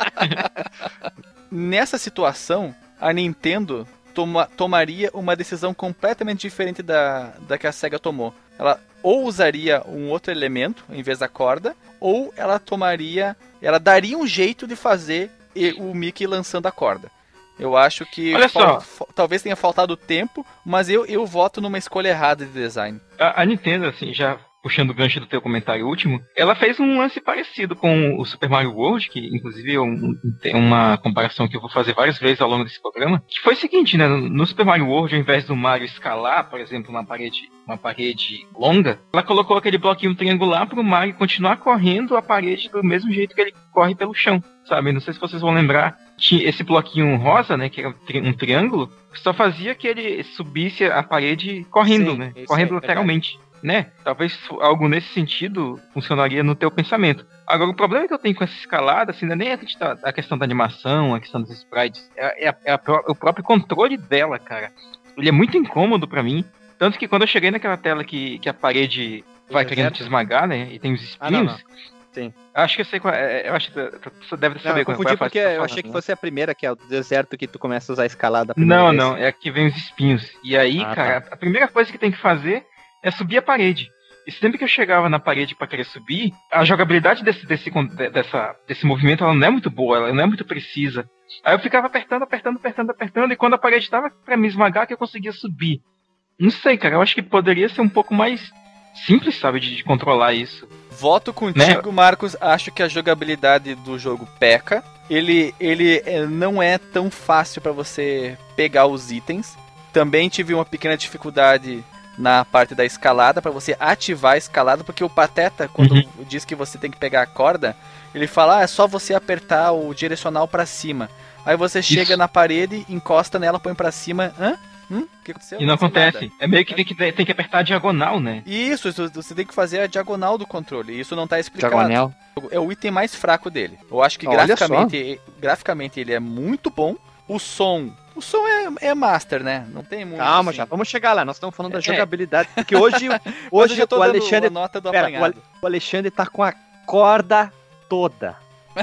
Nessa situação, a Nintendo toma- tomaria uma decisão completamente diferente da, da que a SEGA tomou. Ela ou usaria um outro elemento em vez da corda, ou ela tomaria, ela daria um jeito de fazer e- o Mickey lançando a corda. Eu acho que Olha fal- só. fa- talvez tenha faltado tempo, mas eu, eu voto numa escolha errada de design. A, a Nintendo, assim, já puxando o gancho do teu comentário último, ela fez um lance parecido com o Super Mario World, que inclusive é um- tem uma comparação que eu vou fazer várias vezes ao longo desse programa, que foi o seguinte, né, no Super Mario World, ao invés do Mario escalar, por exemplo, uma parede, uma parede longa, ela colocou aquele bloquinho triangular para o Mario continuar correndo a parede do mesmo jeito que ele corre pelo chão, sabe? Não sei se vocês vão lembrar, tinha esse bloquinho rosa, né, que era um tri- um triângulo, só fazia que ele subisse a parede correndo, Sim, né, isso correndo é lateralmente. Né? Talvez algo nesse sentido funcionaria no teu pensamento. Agora, o problema que eu tenho com essa escalada, assim, não é nem a questão, a questão da animação, a questão dos sprites, é, é a- é a pró- o próprio controle dela, cara. Ele é muito incômodo pra mim. Tanto que quando eu cheguei naquela tela que, que a parede vai Do querendo deserto? te esmagar, né? E tem os espinhos. Ah, não, não. Sim. Acho que eu sei qual é. Eu acho que você deve Não, saber eu qual, qual é confundi a fase porque que tá eu falando, achei que né? fosse a primeira, que é o do deserto, que tu começa a usar a escalada a primeira Não, vez. não, é que vem os espinhos. E aí, Ah, cara, a primeira coisa que tem que fazer é subir a parede. E sempre que eu chegava na parede pra querer subir, a jogabilidade desse, desse, con- de- dessa, desse movimento ela não é muito boa, ela não é muito precisa. Aí eu ficava apertando, apertando, apertando, apertando, e quando a parede tava pra me esmagar, que eu conseguia subir. Não sei, cara, eu acho que poderia ser um pouco mais simples, sabe, de, de controlar isso. Voto contigo, Marcos. Acho que a jogabilidade do jogo peca. Ele, ele é, não é tão fácil pra você pegar os itens. Também tive uma pequena dificuldade na parte da escalada, pra você ativar a escalada, porque o Pateta, quando Uhum. diz que você tem que pegar a corda, ele fala, ah, é só você apertar o direcional pra cima. Aí você chega Isso. na parede, encosta nela, põe pra cima. Hã? Hum? O que aconteceu? E não sei nada. acontece. É meio que tem que, tem que apertar a diagonal, né? Isso, isso, você tem que fazer a diagonal do controle. Isso não tá explicado. Diagonal. É o item mais fraco dele. Eu acho que Olha graficamente, graficamente ele é muito bom. O som, o som é, é master, né? Não tem muito. Calma, assim. já vamos chegar lá. Nós estamos falando da É. jogabilidade. Porque hoje, Mas eu hoje já tô o dando Alexandre. a nota do Pera, o, apanhado. Ale- o Alexandre tá com a corda toda.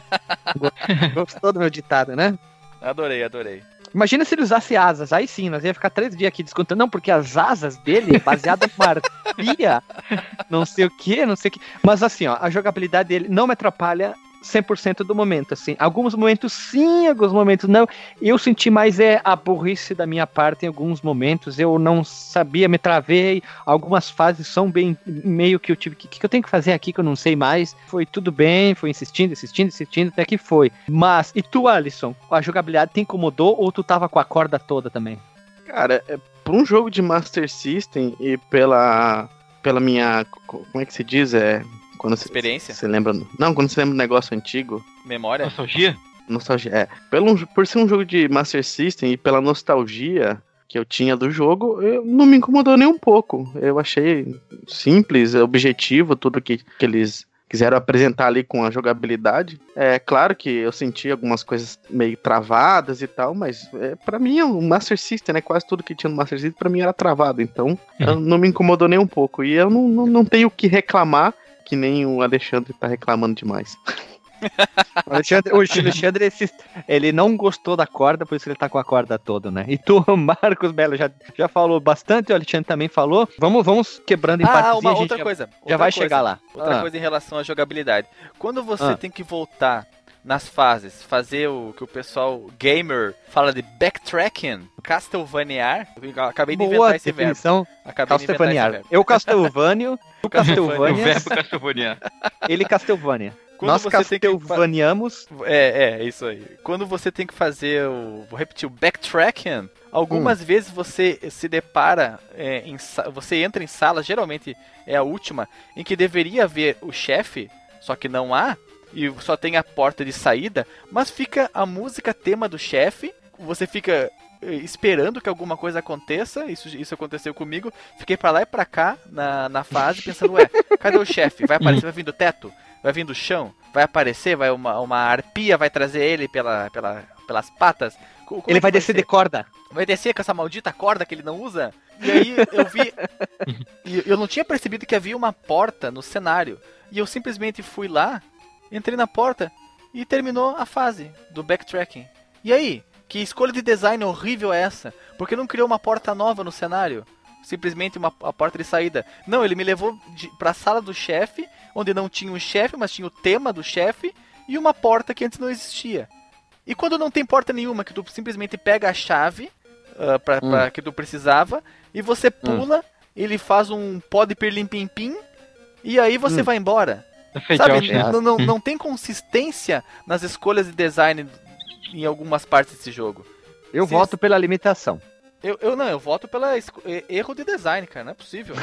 Gostou do meu ditado, né? Adorei, adorei. Imagina se ele usasse asas. Aí sim, nós ia ficar três dias aqui discutindo. Não, porque as asas dele é baseada numa arpia, não sei o que, não sei o que. Mas assim, ó, a jogabilidade dele não me atrapalha cem por cento do momento, assim. Alguns momentos sim, alguns momentos não. Eu senti mais é a burrice da minha parte em alguns momentos. Eu não sabia, me travei. Algumas fases são bem meio que eu tive que, que eu tenho que fazer aqui que eu não sei mais. Foi tudo bem, foi insistindo, insistindo, insistindo, até que foi. Mas, e tu, Alisson? A jogabilidade te incomodou ou tu tava com a corda toda também? Cara, é, por um jogo de Master System e pela, pela minha. Como é que se diz? É. Quando você, Experiência? Você lembra. Não, quando você lembra um negócio antigo. Memória? Nostalgia? Nostalgia. É. Pelo, por ser um jogo de Master System e pela nostalgia que eu tinha do jogo, eu, não me incomodou nem um pouco. Eu achei simples, objetivo, tudo que, que eles quiseram apresentar ali com a jogabilidade. É claro que eu senti algumas coisas meio travadas e tal, mas é, pra mim o Master System, né, quase tudo que tinha no Master System pra mim era travado, então eu, não me incomodou nem um pouco. E eu não, não, não tenho o que reclamar, que nem o Alexandre tá reclamando demais. O Alexandre, o Alexandre esse- ele não gostou da corda, por isso ele tá com a corda toda, né? E tu, Marcos Belo, já, já falou bastante, o Alexandre também falou. Vamos, vamos quebrando em Ah, partezinha, uma a gente outra já, coisa. já outra vai coisa. chegar lá. Outra Ah. coisa em relação à jogabilidade. Quando você Ah. tem que voltar nas fases, fazer o que o pessoal gamer fala de backtracking, castlevaniar, eu acabei de Boa inventar esse verbo. definição, Acabei de inventar esse Castlevaniar. verbo. Eu Castlevânio, tu O Castlevania, verbo Castlevania. ele Castlevania. Quando Nós você tem que fa- Castlevaniamos. É, é, isso aí. Quando você tem que fazer o. Vou repetir, o backtracking, algumas Hum. vezes você se depara é, em. sa- Você entra em sala, geralmente é a última, em que deveria haver o chefe, só que não há, e só tem a porta de saída, mas fica a música tema do chefe, você fica eh, esperando que alguma coisa aconteça, isso, isso aconteceu comigo, fiquei pra lá e pra cá na, na fase, pensando, ué, cadê o chefe? Vai aparecer, vai vir do teto? Vai vir do chão? Vai aparecer? Vai uma, uma arpia vai trazer ele pela, pela, pelas patas? Co- como é Ele que vai descer ser? de corda. Vai descer com essa maldita corda que ele não usa? E aí eu vi. E eu não tinha percebido que havia uma porta no cenário. E eu simplesmente fui lá, entrei na porta e terminou a fase do backtracking. E aí? Que escolha de design horrível é essa? Por que não criou uma porta nova no cenário? Simplesmente uma a porta de saída. Não, ele me levou de, pra sala do chefe, onde não tinha um chefe, mas tinha o tema do chefe e uma porta que antes não existia. E quando não tem porta nenhuma, que tu simplesmente pega a chave uh, pra, Hum. pra que tu precisava e você pula, ele faz um pó de pirlim-pim-pim e aí você Hum. vai embora. Fade Sabe, out, né? não, não, não tem consistência nas escolhas de design em algumas partes desse jogo. Eu Sim. voto pela limitação. Eu, eu não, eu voto pela esco- e- erro de design, cara, não é possível.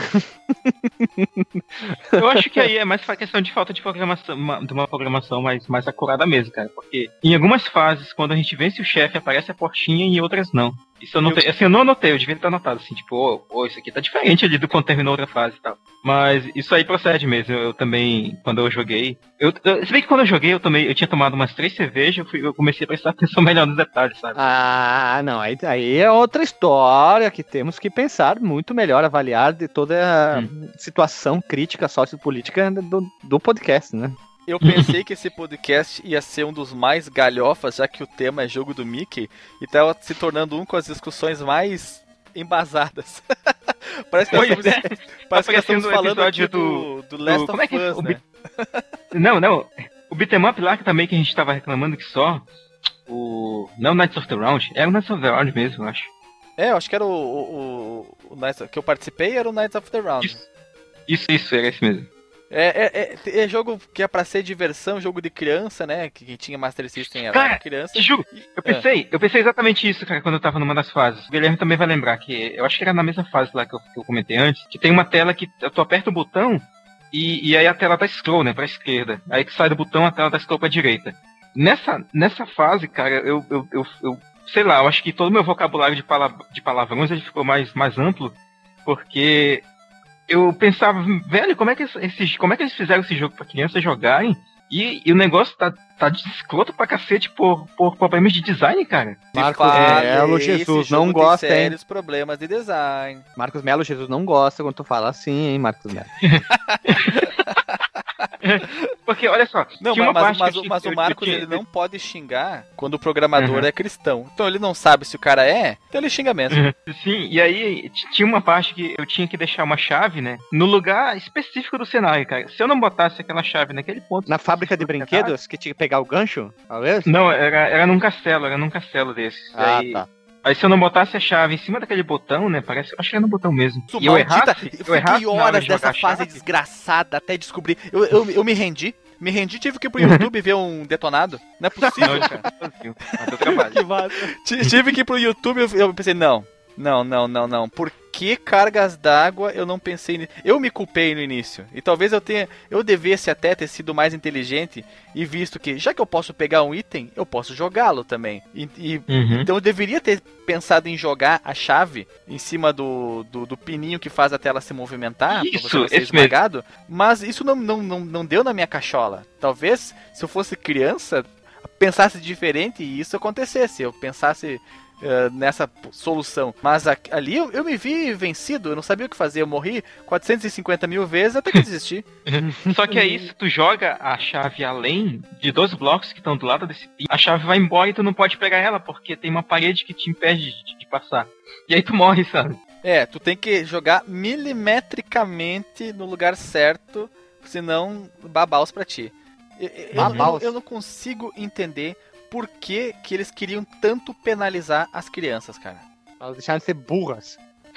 Eu acho que aí é mais uma questão de falta de programação, uma- de uma programação mais, mais acurada mesmo, cara. Porque em algumas fases, quando a gente vence o chefe, aparece a portinha e em outras não. Isso eu, notei, assim, eu não anotei, eu devia ter anotado, assim, tipo, ô, oh, oh, isso aqui tá diferente ali do quando terminou outra fase e tal. Mas isso aí procede mesmo, eu, eu também, quando eu joguei... Eu, eu, se bem que quando eu joguei, eu, tomei, eu tinha tomado umas três cervejas, eu, fui, eu comecei a prestar atenção melhor nos detalhes, sabe? Ah, não, aí, aí é outra história que temos que pensar muito melhor, avaliar de toda a hum. situação crítica sociopolítica do, do podcast, né? Eu pensei que esse podcast ia ser um dos mais galhofas, já que o tema é jogo do Mickey, e tava se tornando um com as discussões mais embasadas. Parece que nós estamos, é. parece que nós estamos falando aqui do, do, do Last do, of é Us, né? Não, não. O beat'em up lá que também que a gente tava reclamando que só o... Não o Knights of the Round, era o Knights of the Round mesmo, eu acho. É, eu acho que era o, o, o, o Knights, que eu participei era o Knights of the Round. Isso, isso, isso era esse mesmo. É, é, é, é jogo que é pra ser diversão, jogo de criança, né? Que quem tinha Master System era cara, criança. Te juro, eu pensei, é. eu pensei exatamente isso, cara, quando eu tava numa das fases. O Guilherme também vai lembrar que eu acho que era na mesma fase lá que eu, que eu comentei antes, que tem uma tela que tu aperta o botão e, e aí a tela tá scroll, né, pra esquerda. Aí que sai do botão, a tela tá scroll pra direita. Nessa, nessa fase, cara, eu, eu, eu, eu sei lá, eu acho que todo o meu vocabulário de, palavra, de palavrões ele ficou mais, mais amplo, porque eu pensava, velho, como é que, esses, como é que eles fizeram esse jogo pra crianças jogarem? E, e o negócio tá, tá de escroto pra cacete por, por problemas de design, cara. Marcos Melo Jesus não gosta, hein? Sérios problemas de design. Marcos Melo Jesus não gosta quando tu fala assim, hein, Marcos Melo. Porque, olha só, não, mas, mas, mas, o, mas o Marcos eu, eu, eu, ele não pode xingar quando o programador uhum. é cristão. Então ele não sabe se o cara é, então ele xinga mesmo. Sim, e aí tinha uma parte que eu tinha que deixar uma chave, né, no lugar específico do cenário, cara. Se eu não botasse aquela chave naquele ponto... Na fábrica de brinquedos, que tinha que pegar o gancho, talvez? Não, era, era num castelo, era num castelo desses. Ah, aí... tá. Aí se eu não botasse a chave em cima daquele botão, né, parece, acho que era no botão mesmo. E eu errasse, eu, eu errasse horas dessa fase desgraçada até descobrir. Eu, eu, eu me rendi, me rendi, tive que ir pro YouTube ver um detonado. Não é possível, não, cara. Que massa. Tive que ir pro YouTube, eu pensei, não, não, não, não, não. Por que cargas d'água eu não pensei nisso? Eu me culpei no início. E talvez eu tenha, eu devesse até ter sido mais inteligente e visto que, já que eu posso pegar um item, eu posso jogá-lo também. E, e uhum. Então eu deveria ter pensado em jogar a chave em cima do, do, do pininho que faz a tela se movimentar, isso, pra você ser esmagado. Mesmo. Mas isso não, não, não, não deu na minha cachola. Talvez, se eu fosse criança, pensasse diferente e isso acontecesse. Eu pensasse... Uh, nessa solução, mas a, ali eu, eu me vi vencido, eu não sabia o que fazer, eu morri quatrocentas e cinquenta mil vezes até que desisti. Só que aí se tu joga a chave além de dois blocos que estão do lado desse pin, a chave vai embora e tu não pode pegar ela, porque tem uma parede que te impede de, de passar, e aí tu morre, sabe? É, tu tem que jogar milimetricamente no lugar certo, senão babaus pra ti. Eu, eu, eu, eu não consigo entender por que, que eles queriam tanto penalizar as crianças, cara. Elas deixaram de ser burras.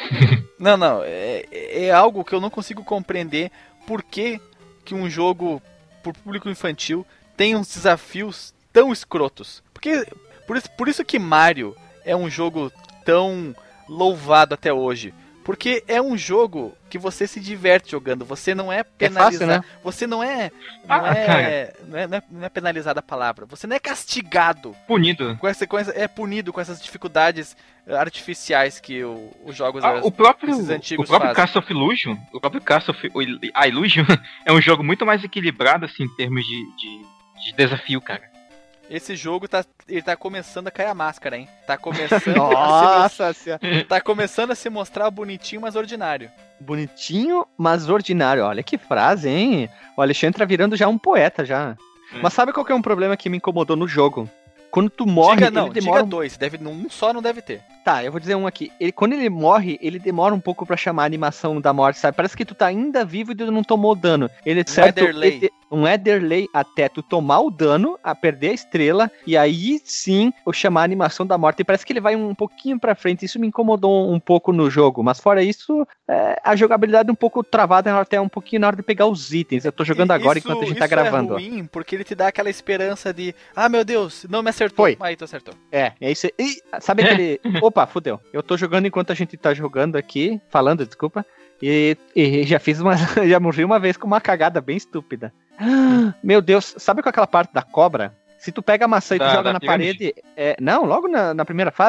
Não, não. É, é algo que eu não consigo compreender por que, que um jogo por público infantil tem uns desafios tão escrotos. Porque, por isso, por isso que Mario é um jogo tão louvado até hoje. Porque é um jogo que você se diverte jogando, você não é penalizado, é fácil, né? Você não é não, ah, é, não é não é não é penalizada a palavra, você não é castigado, punido, com essa coisa, é punido com essas dificuldades artificiais que o, os jogos ah, o próprio esses antigos o próprio fazem. Castle of Illusion, o próprio Castle of Illusion é um jogo muito mais equilibrado assim em termos de, de, de desafio, cara. Esse jogo tá, ele tá começando a cair a máscara, hein? Tá começando Nossa, a se, tá começando a se mostrar bonitinho, mas ordinário. Bonitinho, mas ordinário. Olha que frase, hein? O Alexandre tá virando já um poeta, já. Hum. Mas sabe qual que é um problema que me incomodou no jogo? Quando tu morre, diga, não, ele demora... diga dois. Deve, um só não deve ter. Tá, eu vou dizer um aqui. Ele, quando ele morre, ele demora um pouco pra chamar a animação da morte, sabe? Parece que tu tá ainda vivo e tu não tomou dano. Ele é certo... Ele, um Ederley até tu tomar o dano, a perder a estrela, e aí sim eu chamar a animação da morte. E parece que ele vai um pouquinho pra frente. Isso me incomodou um pouco no jogo. Mas fora isso, é, a jogabilidade um pouco travada até um pouquinho na hora de pegar os itens. Eu tô jogando e agora isso, enquanto a gente tá gravando. Isso é ruim, porque ele te dá aquela esperança de, ah, meu Deus, não me acertou. Foi. Aí tu acertou. É, é isso. E sabe aquele... Opa, fudeu. Eu tô jogando enquanto a gente tá jogando aqui, falando, desculpa, e, e já fiz uma... já morri uma vez com uma cagada bem estúpida. Meu Deus, sabe com aquela parte da cobra? Se tu pega a maçã e tu da, joga da na pirâmide. parede... É, não, logo na, na primeira fase,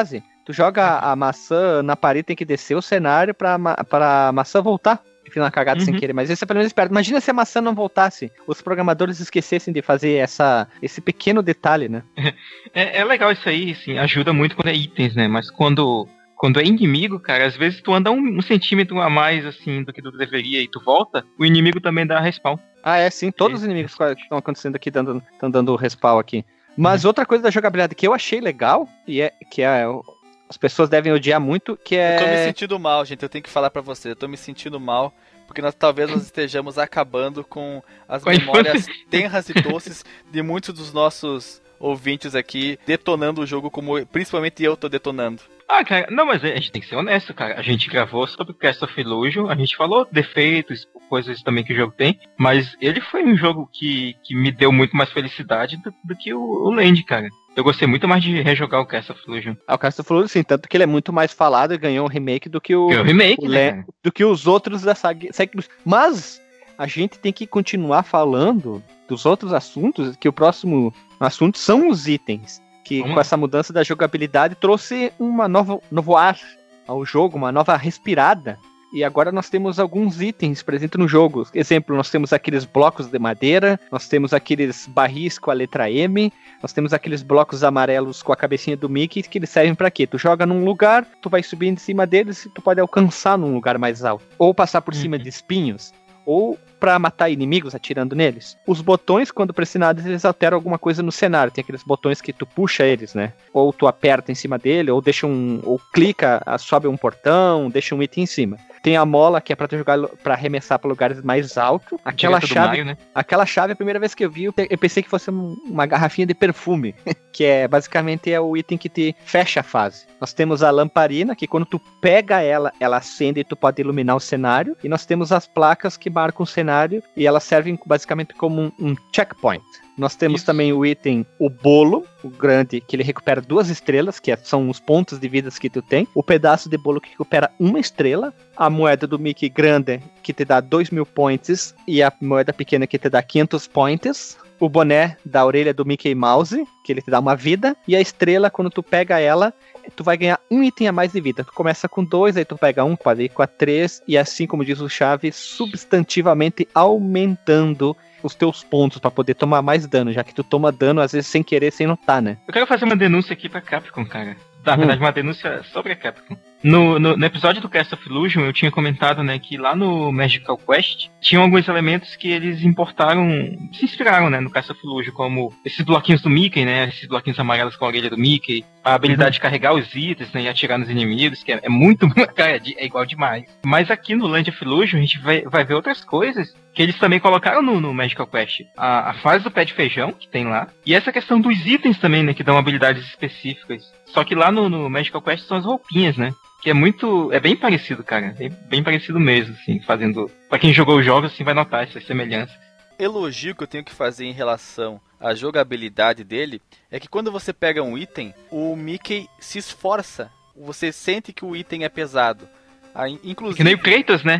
Tu joga a maçã na parede, tem que descer o cenário pra, ma- pra maçã voltar. Fiz uma cagada Uhum. sem querer, mas esse é pelo menos esperto. Imagina se a maçã não voltasse. Os programadores esquecessem de fazer essa, esse pequeno detalhe, né? É, é legal isso aí, assim, ajuda muito quando é itens, né? Mas quando, quando é inimigo, cara, às vezes tu anda um, um centímetro a mais, assim, do que tu deveria e tu volta, o inimigo também dá respawn. Ah, é sim. Todos É. os inimigos que estão acontecendo aqui estão dando respawn aqui. Mas outra coisa da jogabilidade que eu achei legal, e é que é, as pessoas devem odiar muito, que Eu tô me é... sentindo mal, gente. Eu tenho que falar pra você. Eu tô me sentindo mal. Porque nós, talvez nós estejamos acabando com as Com a memórias tenras e doces de muitos dos nossos ouvintes aqui, detonando o jogo como principalmente eu tô detonando. Ah, cara, não, mas a gente tem que ser honesto, cara. A gente gravou sobre o Cast of Illusion, a gente falou defeitos, coisas também que o jogo tem, mas ele foi um jogo que, que me deu muito mais felicidade do, do que o, o Land, cara. Eu gostei muito mais de rejogar o Cast of Illusion. Ah, o Castro falou assim, tanto que ele é muito mais falado e ganhou um remake do que o, Que é o remake, o né, Le- cara? do que os outros da saga. saga- Mas a gente tem que continuar falando dos outros assuntos, que o próximo assunto são os itens. Que Vamos com lá. essa mudança da jogabilidade trouxe uma nova, novo ar ao jogo, uma nova respirada. E agora nós temos alguns itens presentes no jogo. Exemplo, nós temos aqueles blocos de madeira, nós temos aqueles barris com a letra M, nós temos aqueles blocos amarelos com a cabecinha do Mickey, que eles servem pra quê? Tu joga num lugar, tu vai subindo em cima deles e tu pode alcançar num lugar mais alto. Ou passar por cima Uhum. de espinhos. Ou pra matar inimigos atirando neles. Os botões, quando pressionados, eles alteram alguma coisa no cenário. Tem aqueles botões que tu puxa eles, né? Ou tu aperta em cima dele, ou deixa um. Ou clica, ah, sobe um portão, deixa um item em cima. Tem a mola, que é pra tu jogar para arremessar pra lugares mais altos. Aquela Direto do chave. Mario, né? Aquela chave, a primeira vez que eu vi, eu pe- eu pensei que fosse um- uma garrafinha de perfume. Que é basicamente é o item que te fecha a fase. Nós temos a lamparina, que quando tu pega ela, ela acende e tu pode iluminar o cenário. E nós temos as placas que marcam o cenário e elas servem basicamente como um, um checkpoint. Nós temos Isso. também o item, o bolo, o grande, que ele recupera duas estrelas, que é- são os pontos de vidas que tu tem. O pedaço de bolo que recupera uma estrela. A moeda do Mickey grande, que te dá dois mil points. E a moeda pequena, que te dá quinhentos points. O boné da orelha do Mickey Mouse, que ele te dá uma vida. E a estrela, quando tu pega ela, tu vai ganhar um item a mais de vida. Tu começa com dois, aí tu pega um, pode ir com a três. E assim, como diz o Chave, substantivamente aumentando os teus pontos pra poder tomar mais dano, já que tu toma dano às vezes sem querer, sem notar, né? Eu quero fazer uma denúncia aqui pra Capcom, cara. Na Hum. verdade, uma denúncia sobre a Capcom. No, no, no episódio do Cast of Illusion, eu tinha comentado, né, que lá no Magical Quest tinham alguns elementos que eles importaram, se inspiraram, né, no Cast of Illusion, como esses bloquinhos do Mickey, né, esses bloquinhos amarelos com a orelha do Mickey, a habilidade de carregar os itens, né, e atirar nos inimigos, que é, é muito, cara, é igual demais. Mas aqui no Land of Illusion, a gente vai, vai ver outras coisas que eles também colocaram no, no Magical Quest. A, a fase do pé de feijão, que tem lá, e essa questão dos itens também, né, que dão habilidades específicas. Só que lá no, no Magical Quest são as roupinhas, né? Que é muito. É bem parecido, cara. É bem parecido mesmo, assim, fazendo. Pra quem jogou os jogos, assim, vai notar essas semelhanças. Elogio que eu tenho que fazer em relação à jogabilidade dele é que quando você pega um item, o Mickey se esforça. Você sente que o item é pesado. Ah, in- inclusive, Que nem o Kratos, né?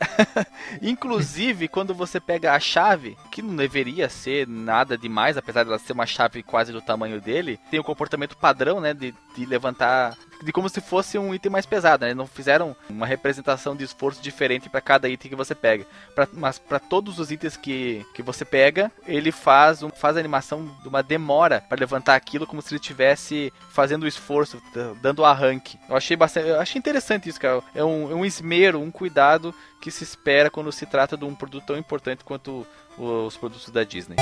inclusive, quando você pega a chave, que não deveria ser nada demais, apesar dela ser uma chave quase do tamanho dele, tem o comportamento padrão, né, de, de levantar, de como se fosse um item mais pesado, né? Não fizeram uma representação de esforço diferente para cada item que você pega. Pra, mas para todos os itens que, que você pega, ele faz, um, faz a animação de uma demora para levantar aquilo, como se ele estivesse fazendo o esforço, d- dando o arranque. Eu achei bastante, eu achei interessante isso, cara. É um, é um esmero, um cuidado que se espera quando se trata de um produto tão importante quanto os produtos da Disney.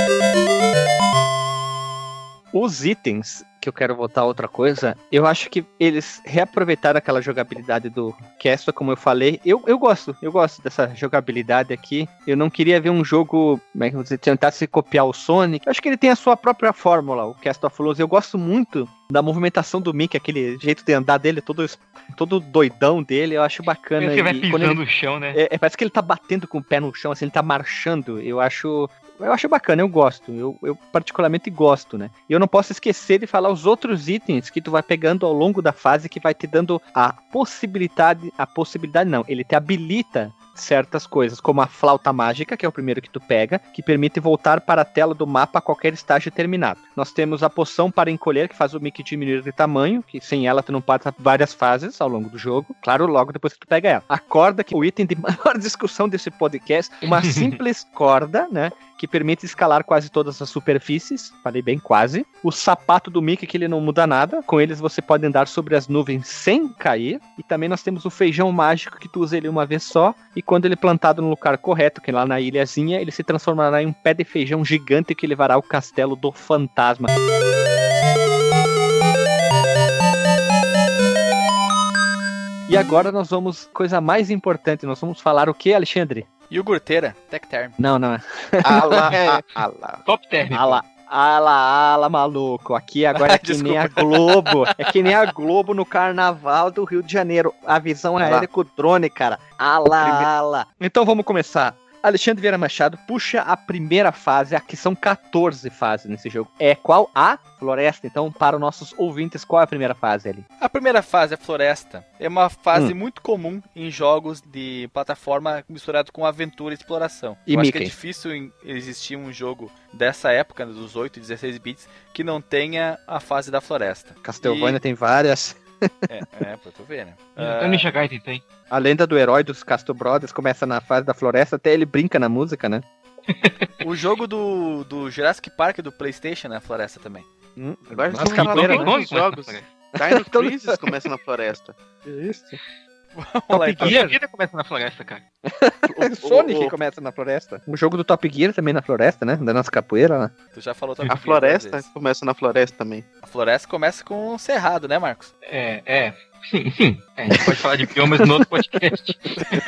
Os itens, que eu quero voltar a outra coisa, eu acho que eles reaproveitaram aquela jogabilidade do Castle, como eu falei. Eu, eu gosto, eu gosto dessa jogabilidade aqui. Eu não queria ver um jogo, como é que você tentasse copiar o Sonic. Eu acho que ele tem a sua própria fórmula, o Castle of Illusion. Eu gosto muito da movimentação do Mickey, aquele jeito de andar dele, todo, todo doidão dele, eu acho bacana. Você vai E quando pisando ele- no chão, né? é, é, parece que ele tá batendo com o pé no chão, assim, ele tá marchando. Eu acho. Eu acho bacana, eu gosto. Eu, eu particularmente gosto, né? E eu não posso esquecer de falar os outros itens que tu vai pegando ao longo da fase que vai te dando a possibilidade. A possibilidade não, ele te habilita certas coisas, como a flauta mágica, que é o primeiro que tu pega, que permite voltar para a tela do mapa a qualquer estágio terminado. Nós temos a poção para encolher, que faz o Mickey diminuir de tamanho, que sem ela tu não passa várias fases ao longo do jogo, claro, logo depois que tu pega ela. A corda, que é o item de maior discussão desse podcast, uma simples corda, né, que permite escalar quase todas as superfícies, falei bem quase. O sapato do Mickey, que ele não muda nada, com eles você pode andar sobre as nuvens sem cair. E também nós temos o feijão mágico, que tu usa ele uma vez só, e quando ele é plantado no lugar correto, que é lá na ilhazinha, ele se transformará em um pé de feijão gigante que levará ao castelo do fantasma. E agora nós vamos, coisa mais importante, nós vamos falar o que, Alexandre? Iogurteira, Tecterm. Não, não é. Ala, ala. Top térmico. Ala, ala, ala, maluco. Aqui agora é que nem a Globo. É que nem a Globo no Carnaval do Rio de Janeiro. A visão aérea com o drone, cara. Ala, ala. Então vamos começar. Alexandre Vieira Machado puxa a primeira fase, aqui são quatorze fases nesse jogo. É qual? A Floresta. Então, para os nossos ouvintes, qual é a primeira fase ali? A primeira fase, a Floresta, é uma fase Hum. muito comum em jogos de plataforma misturado com aventura e exploração. E Eu acho que Mickey? é difícil em- existir um jogo dessa época, dos oito e dezesseis bits, que não tenha a fase da Floresta. Castlevania tem várias. É, é pra tu ver, né? Até Ninja Gaiden tem. A lenda do herói dos Castro Brothers começa na fase da floresta, até ele brinca na música, né? O jogo do, do Jurassic Park do PlayStation é a Floresta também. Hum, Agora Mas vamos falar capoeira, de né? alguns jogos. Dino Crisis começa na floresta. Isso. Vamos lá, Top então. Gear. A vida começa na floresta, cara. O Sonic começa na floresta. O jogo do Top Gear também na floresta, né? Da nossa capoeira lá. Tu já falou A Top Gear floresta duas vezes. começa na floresta também. A Floresta começa com um cerrado, né, Marcos? É, é. Sim, sim. É, a gente pode falar de biomas no outro podcast.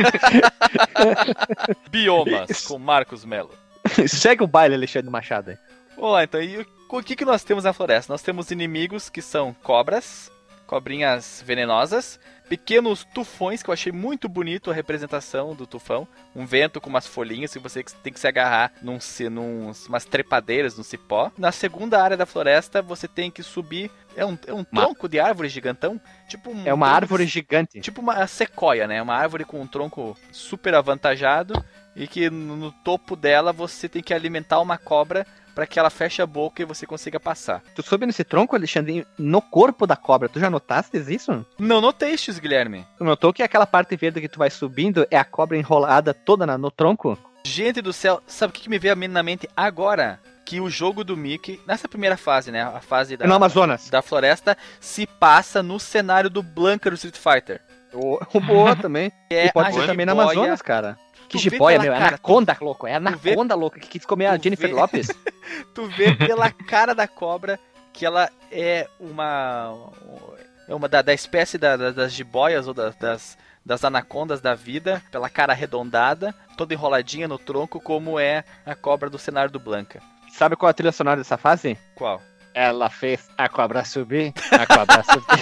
Biomas, Isso. com Marcos Melo. Segue o baile, Alexandre Machado. Aí. Vamos lá, então. E o o que, que nós temos na floresta? Nós temos inimigos que são cobras, cobrinhas venenosas, pequenos tufões, que eu achei muito bonito a representação do tufão. Um vento com umas folhinhas que você tem que se agarrar num, ci- num, umas trepadeiras, no cipó. Na segunda área da floresta, você tem que subir. É um, é um Uma- tronco de árvore gigantão? Tipo um É uma tronco- árvore gigante. Tipo uma sequoia, né? Uma árvore com um tronco super avantajado e que no, no topo dela você tem que alimentar uma cobra para que ela feche a boca e você consiga passar. Tu soube nesse tronco, Alexandre, no corpo da cobra. Tu já notaste isso? Não notei isso, Guilherme. Tu notou que aquela parte verde que tu vai subindo é a cobra enrolada toda na- no tronco? Gente do céu, sabe o que, que me veio na mente agora? Que o jogo do Mickey, nessa primeira fase, né? A fase da, É no Amazonas. da floresta, se passa no cenário do Blanca do Street Fighter. O, o boa também. É E pode a ser também na jiboia. Amazonas, cara. Que Tu vê jiboia, pela meu. É cara, anaconda, louco. É tu vê- anaconda, louco. Que quis comer a tu Jennifer vê- Lopes. Tu vê pela cara da cobra que ela é uma. É uma da, da espécie da- da- das jiboias ou da- das, das anacondas da vida, pela cara arredondada, toda enroladinha no tronco, como é a cobra do cenário do Blanca. Sabe qual é a trilha sonora dessa fase? Qual? Ela fez a cobra subir, a cobra subir.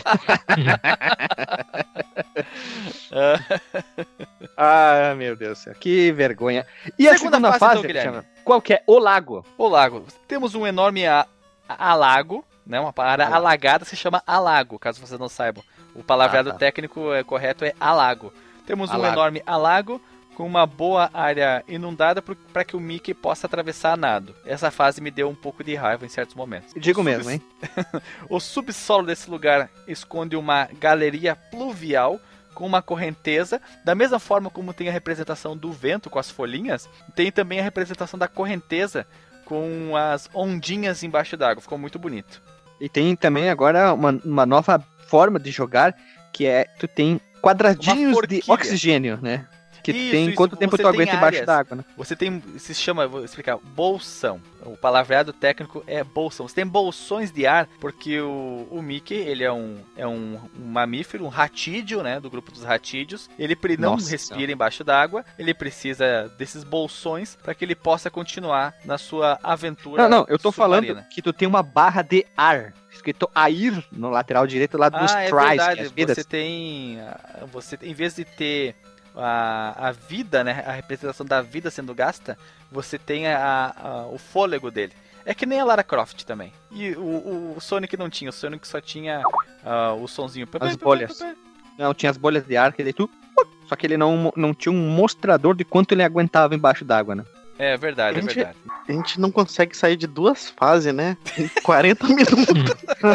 Ah, meu Deus do céu, que vergonha. E a Segunda segunda fase, fase, então, Guilherme. chama- qual que é? O lago. O lago. Temos um enorme a- a- alago, né? Uma área Alago. alagada se chama alago, caso vocês não saibam. O palavreado Ah, tá. técnico é, correto é alago. Temos um Alago. enorme alago com uma boa área inundada para que o Mickey possa atravessar a nado. Essa fase me deu um pouco de raiva em certos momentos. Digo O mesmo, subs- hein? O subsolo desse lugar esconde uma galeria pluvial com uma correnteza, da mesma forma como tem a representação do vento com as folhinhas, tem também a representação da correnteza com as ondinhas embaixo d'água. Ficou muito bonito. E tem também agora uma, uma nova forma de jogar, que é, tu tem quadradinhos Uma de forquilha. oxigênio, né? Que Isso, tem isso, quanto tempo você tu tem aguenta embaixo áreas. d'água, né? Você tem, se chama, vou explicar, bolsão. O palavreado técnico é bolsão. Você tem bolsões de ar, porque o, o Mickey, ele é, um, é um, um mamífero, um ratídeo, né, do grupo dos ratídeos. Ele pre- não Nossa respira embaixo d'água, ele precisa desses bolsões para que ele possa continuar na sua aventura. Não, não, eu tô submarina. falando que tu tem uma barra de ar, escrito AIR no lateral direito lá dos Ah, é tries, que é verdade. as vidas. Você tem, ah, você em vez de ter a, a vida, né, a representação da vida sendo gasta, você tem a, a- o fôlego dele. É que nem a Lara Croft também. E o, o- o Sonic não tinha, o Sonic só tinha ah, o sonzinho. As bolhas. Não, tinha as bolhas de ar, que daí tu Só que ele não, não tinha um mostrador de quanto ele aguentava embaixo d'água, né? É verdade, é Gente, verdade. A gente não consegue sair de duas fases, né? Em quarenta minutos.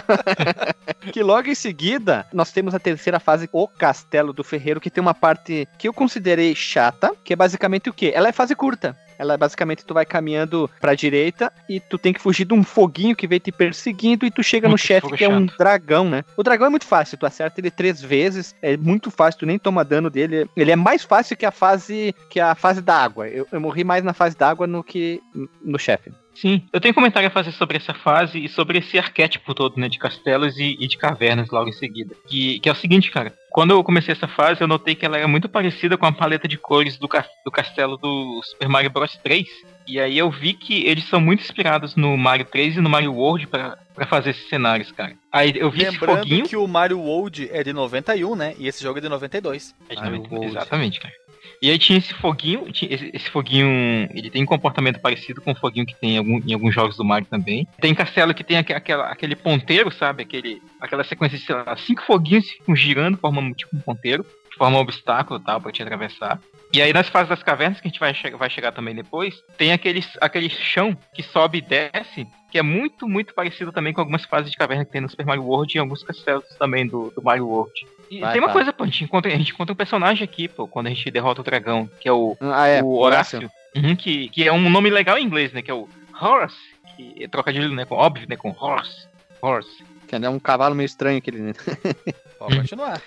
Que logo em seguida, nós temos a terceira fase, o Castelo do Ferreiro, que tem uma parte que eu considerei chata, que é basicamente o quê? Ela é fase curta. Ela é basicamente, tu vai caminhando pra direita e tu tem que fugir de um foguinho que vem te perseguindo e tu chega no Muito chefe, fogo que é um chato. dragão, né? O dragão é muito fácil, tu acerta ele três vezes, é muito fácil, tu nem toma dano dele. Ele é mais fácil que a fase que a fase da água. Eu, eu morri mais na fase da água no que no chefe. Sim, eu tenho um comentário a fazer sobre essa fase e sobre esse arquétipo todo, né, de castelos e, e de cavernas logo em seguida. Que, que é o seguinte, cara, quando eu comecei essa fase, eu notei que ela era muito parecida com a paleta de cores do, ca- do castelo do Super Mario Bros três. E aí eu vi que eles são muito inspirados no Mario três e no Mario World pra, pra fazer esses cenários, cara. Aí eu vi esse Lembrando foguinho... que o Mario World é de noventa e um, né? E esse jogo é de noventa e dois. É de Mario noventa, World. exatamente, cara. E aí tinha esse foguinho, tinha esse, esse foguinho, ele tem um comportamento parecido com o foguinho que tem em, algum- em alguns jogos do Mario também. Tem castelo que tem aque- aquela, aquele ponteiro, sabe? Aquele, aquela sequência de, sei lá, cinco foguinhos que ficam girando, formando tipo um ponteiro, que forma um obstáculo e tal, pra te atravessar. E aí nas fases das cavernas, que a gente vai, che- vai chegar também depois, tem aquele, aquele chão que sobe e desce, que é muito, muito parecido também com algumas fases de caverna que tem no Super Mario World e em alguns castelos também do, do Mario World. E Vai, tem uma tá. coisa, pô, a gente, encontra, a gente encontra um personagem aqui, pô, quando a gente derrota o dragão, que é o, Ah, é. o Horácio, Uhum, que, que é um nome legal em inglês, né, que é o Horse, que é trocadilho, né, com óbvio, né, com Horse, Horse. Que é um cavalo meio estranho aquele, né? Pode continuar.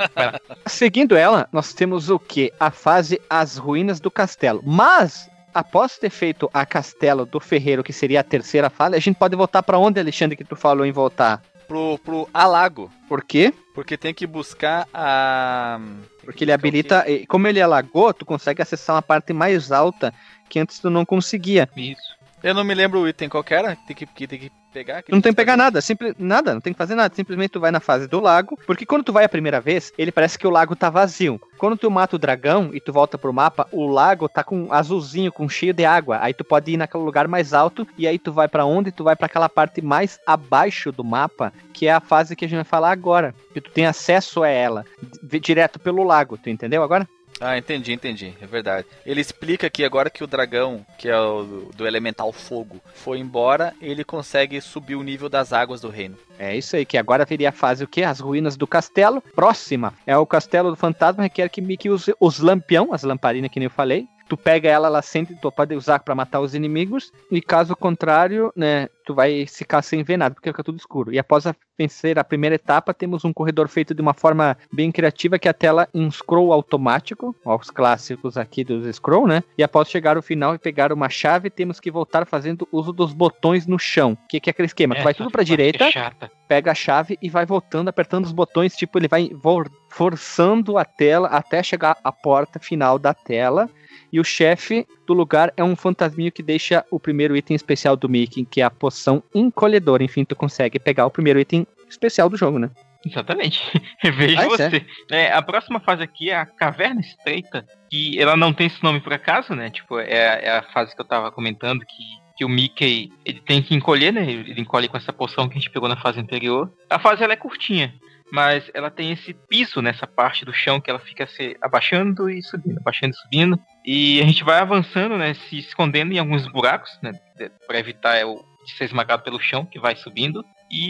Seguindo ela, nós temos o que? A fase As Ruínas do Castelo. Mas, após ter feito a Castelo do Ferreiro, que seria a terceira fase, a gente pode voltar pra onde, Alexandre, que tu falou em voltar? Pro, pro Alago. Por quê? Porque tem que buscar a... Porque ele habilita, e como ele alagou, tu consegue acessar uma parte mais alta que antes tu não conseguia. Isso. Eu não me lembro o item qual que era, tem que, que tem que pegar. Tu não tem que pegar nada, simples, nada, não tem que fazer nada. Simplesmente tu vai na fase do lago, porque quando tu vai a primeira vez, ele parece que o lago tá vazio. Quando tu mata o dragão e tu volta pro mapa, o lago tá com azulzinho, com cheio de água. Aí tu pode ir naquele lugar mais alto, e aí tu vai pra onde? Tu vai pra aquela parte mais abaixo do mapa, que é a fase que a gente vai falar agora. Que tu tem acesso a ela, d- direto pelo lago, tu entendeu agora? Ah, entendi, entendi, é verdade. Ele explica que agora que o dragão, que é o do, do elemental fogo, foi embora, ele consegue subir o nível das águas do reino. É isso aí, que agora viria a fase o quê? As ruínas do castelo. Próxima é o castelo do fantasma, requer que Mickey use os lampião, as lamparinas que nem eu falei. Tu pega ela, ela acende, tu pode usar pra matar os inimigos. E caso contrário, né, tu vai ficar sem ver nada, porque fica tudo escuro. E após a vencer a primeira etapa, temos um corredor feito de uma forma bem criativa, que é a tela em scroll automático, ó, os clássicos aqui dos scroll, né? E após chegar ao final e pegar uma chave, temos que voltar fazendo uso dos botões no chão. O que, que é aquele esquema? Tu vai tudo pra direita, É chata. pega a chave e vai voltando, apertando os botões, tipo, ele vai vor- forçando a tela até chegar à porta final da tela. E o chefe do lugar é um fantasminho que deixa o primeiro item especial do Mickey, que é a poção encolhedora. Enfim, tu consegue pegar o primeiro item especial do jogo, né? Exatamente. Vejo Ah, você. É, a próxima fase aqui é a Caverna Estreita, que ela não tem esse nome por acaso, né? Tipo, é, é a fase que eu tava comentando, que, que o Mickey ele tem que encolher, né? Ele encolhe com essa poção que a gente pegou na fase anterior. A fase ela é curtinha, mas ela tem esse piso nessa parte do chão que ela fica se abaixando e subindo, abaixando e subindo. E a gente vai avançando, né? Se escondendo em alguns buracos, né? Pra evitar é, o, de ser esmagado pelo chão, que vai subindo.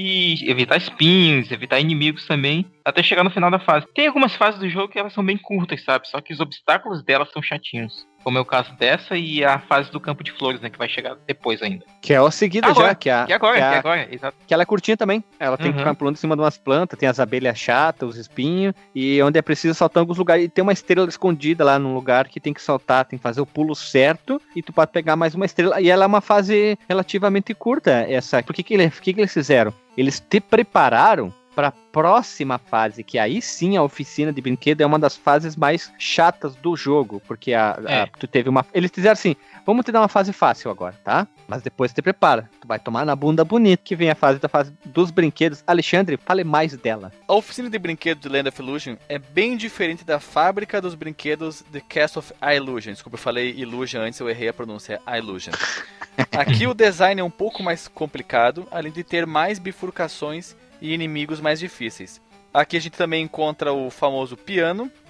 E evitar espinhos, evitar inimigos também, até chegar no final da fase. Tem algumas fases do jogo que elas são bem curtas, sabe? Só que os obstáculos delas são chatinhos. Como é o caso dessa e a fase do campo de flores, né? Que vai chegar depois ainda. Que é a seguida Agora, já, que é a, Que agora, que que, é a- agora, exato. que ela é curtinha também. Ela tem que Uhum. ficar pulando em cima de umas plantas, tem as abelhas chatas, os espinhos, e onde é preciso saltar em alguns lugares. E tem uma estrela escondida lá num lugar que tem que saltar, tem que fazer o pulo certo, e tu pode pegar mais uma estrela. E ela é uma fase relativamente curta, essa. Por que, que, ele, por que, que eles fizeram? Eles te prepararam para a próxima fase, que aí sim a oficina de brinquedo é uma das fases mais chatas do jogo, porque a, a- É. tu teve uma. Eles fizeram assim: vamos te dar uma fase fácil agora, tá? Mas depois te prepara, tu vai tomar na bunda bonito, que vem a fase da fase dos brinquedos. Alexandre, fale mais dela. A oficina de brinquedos de Land of Illusion é bem diferente da fábrica dos brinquedos de Castle of Illusion. Desculpa, eu falei Illusion antes, eu errei a pronúncia, é Illusion. Aqui o design é um pouco mais complicado, além de ter mais bifurcações e inimigos mais difíceis. Aqui a gente também encontra o famoso piano,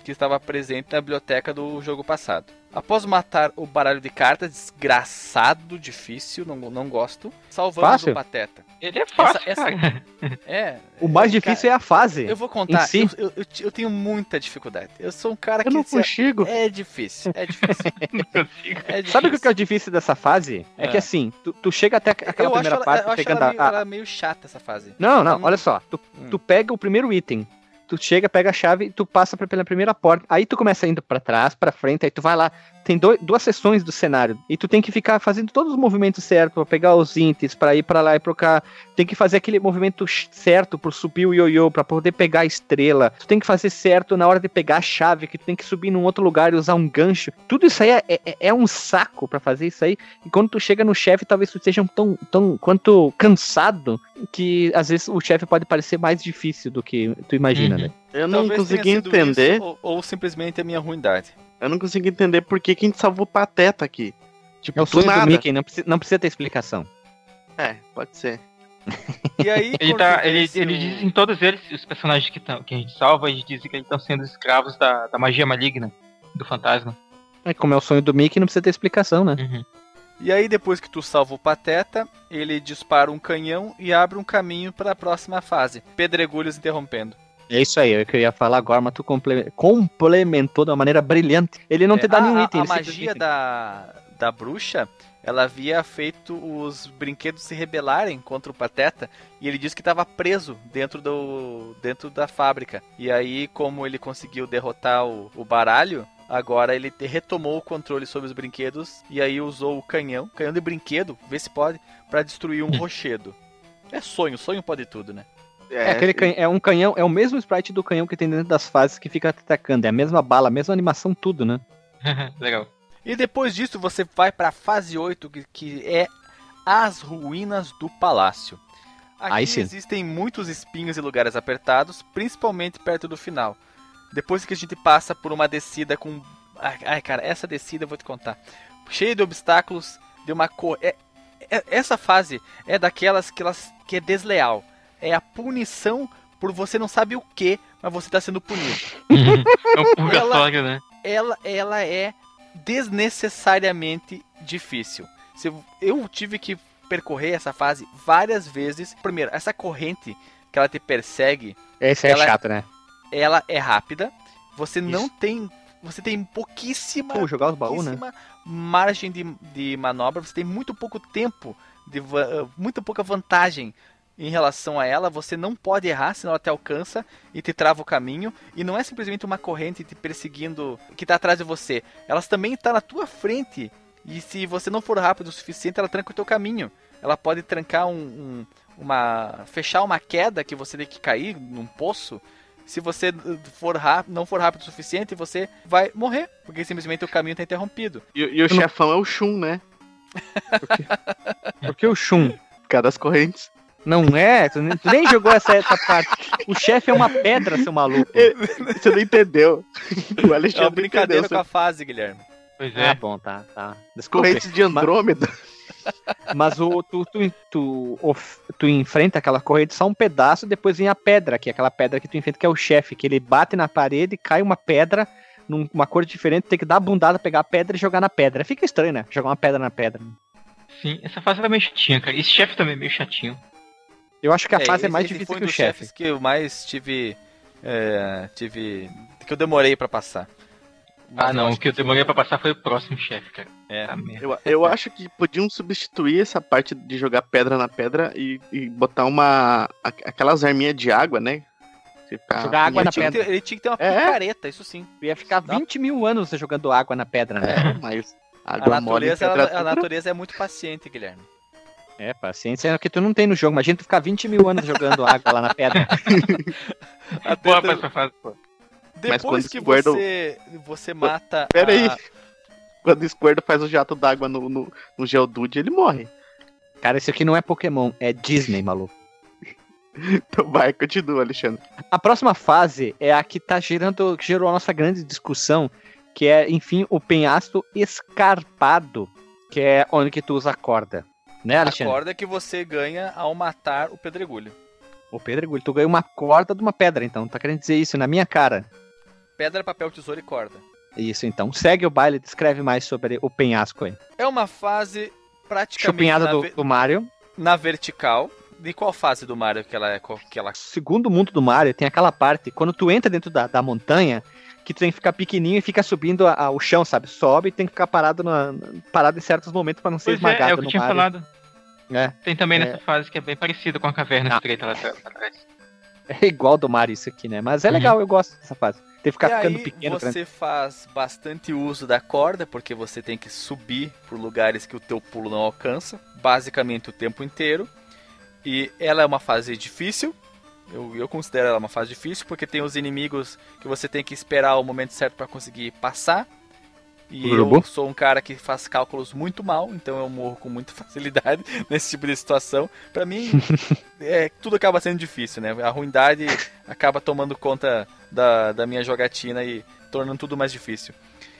que estava presente na biblioteca do jogo passado. Após matar o baralho de cartas, desgraçado, difícil, não, não gosto, salvamos Fácil? o Pateta. Ele é fácil, Essa- essa- cara. É. O mais é, difícil cara, é a fase. Eu vou contar, em si. eu, eu, eu, eu tenho muita dificuldade. Eu sou um cara Eu que... não se- consigo. É difícil, é difícil. Não consigo. É difícil. Sabe o que é o difícil dessa fase? É, É. que assim, tu, tu chega até aquela eu acho primeira ela, parte eu acho pegando ela a- meio, a- ela meio chata, essa fase. Não, não, Então- olha só. Tu, Hum. tu pega o primeiro item. Tu chega, pega a chave e tu passa pra- pela primeira porta. Aí tu começa indo pra trás, pra frente, aí tu vai lá. Tem doi- duas seções do cenário. E tu tem que ficar fazendo todos os movimentos certos pra pegar os itens, pra ir pra lá e pra cá. Tem que fazer aquele movimento ch- certo pro subir o ioiô, pra poder pegar a estrela. Tu tem que fazer certo na hora de pegar a chave, que tu tem que subir num outro lugar e usar um gancho. Tudo isso aí é, é- é um saco pra fazer isso aí. E quando tu chega no chefe, talvez tu esteja tão, tão quanto cansado que às vezes o chefe pode parecer mais difícil do que tu imagina, Uhum. né? Eu não Talvez tenha consegui sido entender. isso, ou, ou simplesmente a minha ruindade. Eu não consegui entender por que, que a gente salvou o Pateta aqui. Tipo, É o do sonho do nada. Mickey, não precisa, não precisa ter explicação. É, pode ser. E aí, Ele, quando tá, tu ele, vence ele o- diz em todos eles, os personagens que, tão, que a gente salva, eles dizem que eles estão sendo escravos da, da magia maligna, do fantasma. É, como é o sonho do Mickey, não precisa ter explicação, né? Uhum. E aí, depois que tu salva o Pateta, ele dispara um canhão e abre um caminho para a próxima fase. Pedregulhos interrompendo. É isso aí, eu queria falar agora, mas tu comple- complementou de uma maneira brilhante. Ele não te dá É, nenhum a, item. A ele magia simplesmente- da, da bruxa, ela havia feito os brinquedos se rebelarem contra o Pateta e ele disse que estava preso dentro, do, dentro da fábrica. E aí, como ele conseguiu derrotar o, o baralho, agora ele te- retomou o controle sobre os brinquedos e aí usou o canhão, canhão de brinquedo, vê se pode, para destruir um rochedo. É sonho, sonho pode tudo, né? É, aquele canhão, é um canhão, é o mesmo sprite do canhão que tem dentro das fases que fica te atacando. É a mesma bala, a mesma animação, tudo, né? Legal. E depois disso você vai para a fase oito, que, que é as ruínas do palácio. Aqui Aí sim. existem muitos espinhos e lugares apertados, principalmente perto do final. Depois que a gente passa por uma descida com... Ai, ai, cara, essa descida eu vou te contar. Cheia de obstáculos, de uma cor... É, é- essa fase é daquelas que, elas, que é desleal. É a punição por você não sabe o que, mas você está sendo punido. É um purgatório, né? ela, ela é desnecessariamente difícil. Se eu- eu tive que percorrer essa fase várias vezes. Primeiro, essa corrente que ela te persegue, Esse é Ela- chato, né? ela é rápida. Você não Isso. tem, você tem pouquíssima, Pô, jogar os baús, né? pouquíssima margem de, de manobra. Você tem muito pouco tempo, de, va- muito pouca vantagem em relação a ela. Você não pode errar, senão ela te alcança e te trava o caminho. E não é simplesmente uma corrente te perseguindo que está atrás de você. Elas também estão na tua frente. E se você não for rápido o suficiente, ela tranca o teu caminho. Ela pode trancar um, um- uma, fechar uma queda que você tem que cair num poço. Se você uh, for rápido, não for rápido o suficiente, você vai morrer, porque simplesmente o caminho está interrompido. E, e o chefão é o Shun, né? Porque o Shun Por causa das correntes. não é, tu nem, tu nem jogou essa, essa parte. O chefe é uma pedra, seu maluco. Você não entendeu. O É Alexandre uma brincadeira entendeu. com a fase, Guilherme. Pois é. Ah, bom, tá, tá. Desculpa. Correntes de Andrômeda. Mas o, tu, tu, tu, of- tu enfrenta aquela corrente só um pedaço, depois vem a pedra, que é aquela pedra que tu enfrenta, que é o chefe, que ele bate na parede, cai uma pedra, numa cor diferente, tem que dar a bundada, pegar a pedra e jogar na pedra. Fica estranho, né? Jogar uma pedra na pedra. Sim, essa fase era meio chatinha, cara. Esse chefe também é meio chatinho. Eu acho que a fase é esse- mais esse difícil foi que um o dos chefe. chefes que eu mais tive, é, tive, que eu demorei pra passar. Mas Ah, eu não. acho O que eu demorei pra passar foi o próximo chefe, cara. É. Tá merda. Eu, eu acho que podiam substituir essa parte de jogar pedra na pedra e, e botar uma. a- aquelas arminhas de água, né? Ficar- Jogar água Ele na tinha, que pedra. ter, ele tinha que ter uma É? picareta, isso sim. Tu ia ficar vinte mil anos jogando água na pedra, né? É, mas A água mole. natureza, pedra ela- a dura. natureza é muito paciente, Guilherme. É, paciência é o que tu não tem no jogo. Imagina tu ficar vinte mil anos jogando água lá na pedra. Até Boa tu- pra essa fase, pô. Mas quando Depois que Squirtle- você, você mata Pera aí. a- Quando o Squirtle faz o jato d'água no, no, no Geodude, ele morre. Cara, isso aqui não é Pokémon, é Disney, maluco. Então vai, continua, Alexandre. A próxima fase é a que tá gerando, que gerou a nossa grande discussão, que é, enfim, o penhasco escarpado, que é onde que tu usa a corda. Né, a Alexandre? corda que você ganha ao matar o pedregulho. O pedregulho, tu ganha uma corda de uma pedra, então. Tá querendo dizer isso na minha cara? pedra, papel, tesoura e corda. Isso, então. Segue o baile, descreve mais sobre o penhasco aí. É uma fase praticamente Chupinhada na, do, ve- do Mario. na vertical. De qual fase do Mario que ela é? Qual- Que ela... Segundo mundo do Mario, tem aquela parte, quando tu entra dentro da, da montanha, que tu tem que ficar pequenininho e fica subindo a- a- o chão, sabe? Sobe e tem que ficar parado, na, parado em certos momentos pra não ser Pois é, esmagado é o que eu no tinha Mario. falado. É, Tem também É. nessa fase que é bem parecida com a caverna Ah. estreita lá atrás. é igual do Mario isso aqui, né? Mas é Uhum. legal, eu gosto dessa fase. Tem que ficar e ficando aí pequeno. grande. você faz bastante uso da corda, porque você tem que subir por lugares que o teu pulo não alcança, basicamente o tempo inteiro. E ela é uma fase difícil, eu, eu considero ela uma fase difícil, porque tem os inimigos que você tem que esperar o momento certo para conseguir passar. E Urubu? eu sou um cara que faz cálculos muito mal, então eu morro com muita facilidade nesse tipo de situação. Pra mim, é, tudo acaba sendo difícil, né? A ruindade acaba tomando conta da, da minha jogatina e tornando tudo mais difícil.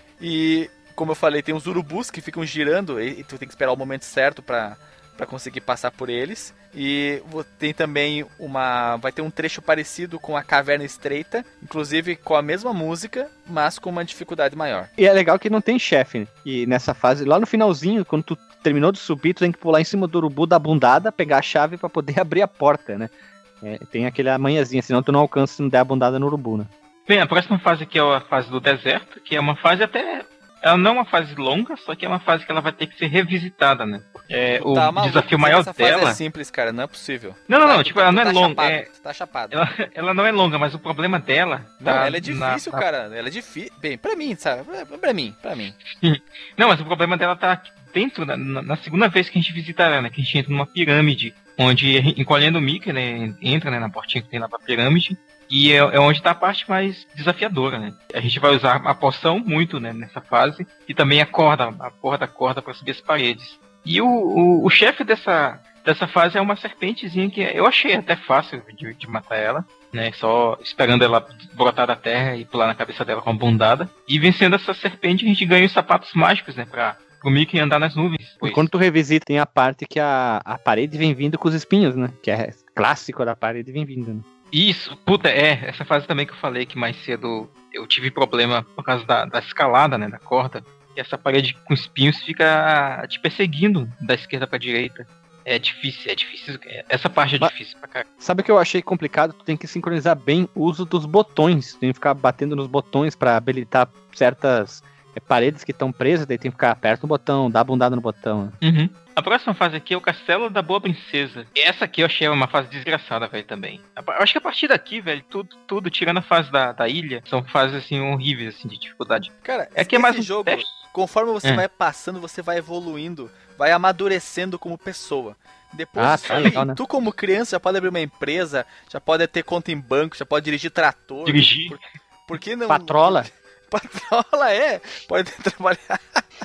E, como eu falei, tem os urubus que ficam girando e, e tu tem que esperar o momento certo pra, pra conseguir passar por eles. E vo- tem também uma... vai ter um trecho parecido com a Caverna Estreita, inclusive com a mesma música, mas com uma dificuldade maior. E é legal que não tem chefe, né? E nessa fase, lá no finalzinho, quando tu terminou de subir, tu tem que pular em cima do urubu da bundada, pegar a chave pra poder abrir a porta, né? É, tem aquela manhãzinha, senão tu não alcança se não der a bundada no urubu, né? Bem, a próxima fase aqui é a fase do deserto, que é uma fase até... Ela não é uma fase longa, só que é uma fase que ela vai ter que ser revisitada, né? É, Tu o tá maluco, desafio dizer maior que essa fase dela... é simples, cara, não é possível. Não, não, Tá, não, tu tipo, tá- ela tu não é tá longa. chapado, É... tu tá chapado. Ela, ela não é longa, mas o problema dela... Não, tá ela é difícil, na- cara. Ela é difícil. Bem, pra mim, sabe? Pra, pra mim, pra mim. Não, mas o problema dela tá dentro, na, na segunda vez que a gente visita ela, né? Que a gente entra numa pirâmide, onde, encolhendo o Mickey, né? Entra, né, na portinha que tem lá pra pirâmide. E é, é onde tá a parte mais desafiadora, né? A gente vai usar a poção muito, né, nessa fase. E também a corda, a porra da corda pra subir as paredes. E o, o, o chefe dessa, dessa fase é uma serpentezinha que eu achei até fácil de, de matar ela. Né, só esperando ela brotar da terra e pular na cabeça dela com a bundada. E vencendo essa serpente, a gente ganha os sapatos mágicos, né? Pra, pro Mickey andar nas nuvens. E Pois. quando tu revisita, tem a parte que a, a parede vem vindo com os espinhos, né? Que é clássico da parede vem vindo, né? Isso, puta, é, essa fase também que eu falei que mais cedo eu tive problema por causa da, da escalada, né, da corda, e essa parede com espinhos fica te perseguindo da esquerda pra direita. É difícil, é difícil, essa parte é Mas- difícil pra caralho. Sabe o que eu achei complicado? Tu tem que sincronizar bem o uso dos botões. Tu tem que ficar batendo nos botões pra habilitar certas é, paredes que estão presas, daí tem que ficar aperta no botão, dá a bundada no botão. Uhum. A próxima fase aqui é o Castelo da Boa Princesa. Essa aqui eu achei uma fase desgraçada, velho, também. Eu acho que a partir daqui, velho, tudo, tudo, tirando a fase da, da ilha, são fases, assim, horríveis, assim, de dificuldade. Cara, É que é esse mais um jogo, teste. conforme você É. vai passando, você vai evoluindo, vai amadurecendo como pessoa. Depois Ah, disso tá aí, legal, né? tu como criança já pode abrir uma empresa, já pode ter conta em banco, já pode dirigir trator. Dirigir. Por, por que não... Patrola. Patrola, é. Pode trabalhar.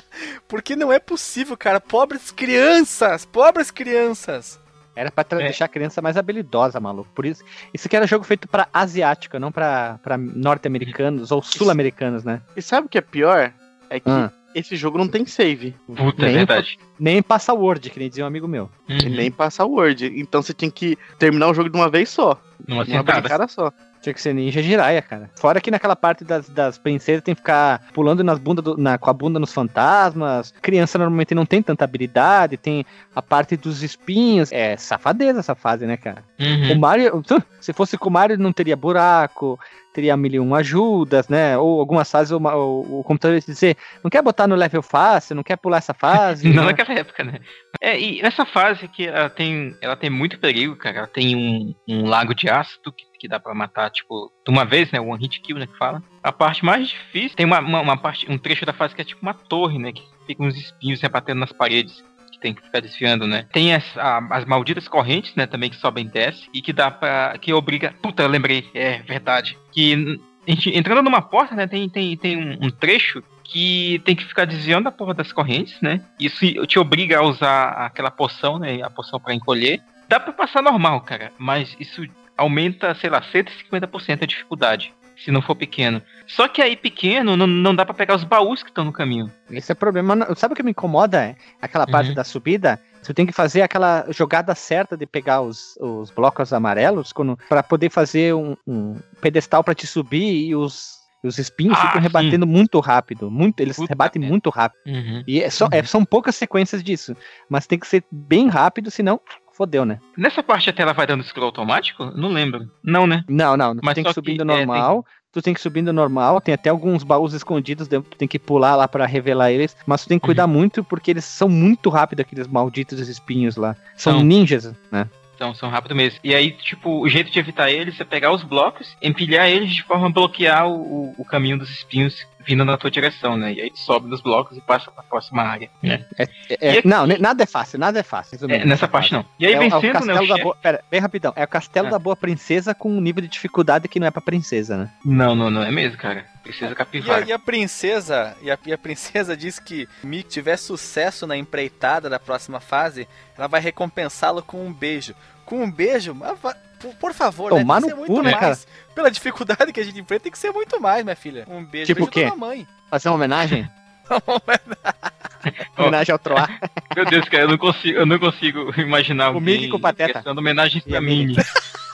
Porque não é possível, cara. Pobres crianças. Pobres crianças. Era pra tra- É. deixar a criança mais habilidosa, maluco. Por isso, isso aqui era jogo feito pra asiática, não pra, pra norte-americanos ou sul-americanos, né? E sabe o que é pior? É que Ah. esse jogo não tem save. Puta, é Nem- verdade. Nem passa Word, que nem dizia um amigo meu. Uhum. E nem passa Word. Então você tinha que terminar o jogo de uma vez só. Numa Uma sentada. brincada só. Tinha que ser ninja Jiraiya, cara. Fora que naquela parte das, das princesas tem que ficar pulando nas bundas do- na, com a bunda nos fantasmas. Criança normalmente não tem tanta habilidade. Tem a parte dos espinhos. É safadeza essa fase, né, cara? Uhum. O Mario, se fosse com o Mario, não teria buraco, teria mil e um ajudas, né? Ou algumas fases o, ma- o, o computador ia dizer, não quer botar no level fácil, não quer pular essa fase. Não né? naquela época, né? É, e essa fase que ela tem, ela tem muito perigo, cara. Ela tem um, um lago de ácido que, que dá pra matar, tipo, de uma vez, né? One hit kill, né? Que fala. A parte mais difícil, tem uma, uma, uma parte, um trecho da fase que é tipo uma torre, né? Que fica uns espinhos né, batendo nas paredes. Que tem que ficar desfiando, né? Tem as, a- as malditas correntes, né? Também que sobem e descem. E que dá pra. Que obriga. Puta, eu lembrei. É verdade. Que a gente, entrando numa porta, né? Tem, tem, tem um, um trecho que tem que ficar desviando a porra das correntes, né? Isso te obriga a usar aquela poção, né? A poção pra encolher. Dá pra passar normal, cara. Mas isso aumenta, sei lá, cento e cinquenta por cento a dificuldade. Se não for pequeno. Só que aí pequeno não, não dá pra pegar os baús que estão no caminho. Esse é o problema. Não- Sabe o que me incomoda? É aquela parte Uhum. da subida. Você tem que fazer aquela jogada certa de pegar os, os blocos amarelos quando, pra poder fazer um, um pedestal pra te subir e os, Os espinhos Ah, ficam sim. rebatendo muito rápido. Muito, eles Puta rebatem merda. muito rápido. Uhum. E é só, é- são poucas sequências disso. Mas tem que ser bem rápido, senão fodeu, né? Nessa parte a tela vai dando scroll automático? Não lembro. Não, né? Não, não. Tu Mas tem só que ir subindo que, é, normal. Tu tem que ir subindo normal. Tem até alguns baús escondidos. Tu tem que pular lá pra revelar eles. Mas tu tem que cuidar muito porque eles são muito rápidos, aqueles malditos espinhos lá. São São. ninjas, né? Então, são rápido mesmo. E aí, tipo, o jeito de evitar eles é pegar os blocos, empilhar eles de forma a bloquear o, o caminho dos espinhos vindo na tua direção, né? E aí tu sobe nos blocos e passa pra próxima área, né? É- é- E aqui- não, ne- nada é fácil, nada é fácil. resumindo, É, nessa nada é parte fácil. não. E aí, É, o- é o vencendo, né, castelo o da chefe... boa. Pera, bem rapidão. É o castelo Ah. da boa princesa com um nível de dificuldade que não é pra princesa, né? Não, não, não é mesmo, cara. Princesa E a, capivara. e a princesa, e a, e a princesa diz que Mickey tiver sucesso na empreitada da próxima fase, ela vai recompensá-lo com um beijo. Com um beijo, mas va- por, por favor, né? Tomar Tem que no ser cu, muito né, mais. Pela dificuldade que a gente enfrenta, tem que ser muito mais, minha filha. Um beijo. Tipo beijo o quê? da mãe. Fazer uma homenagem? homenagem ao Troá. Meu Deus, cara, eu não consigo, eu não consigo imaginar O Mickey com o Pateta. prestando homenagens E pra a Minnie. Minnie.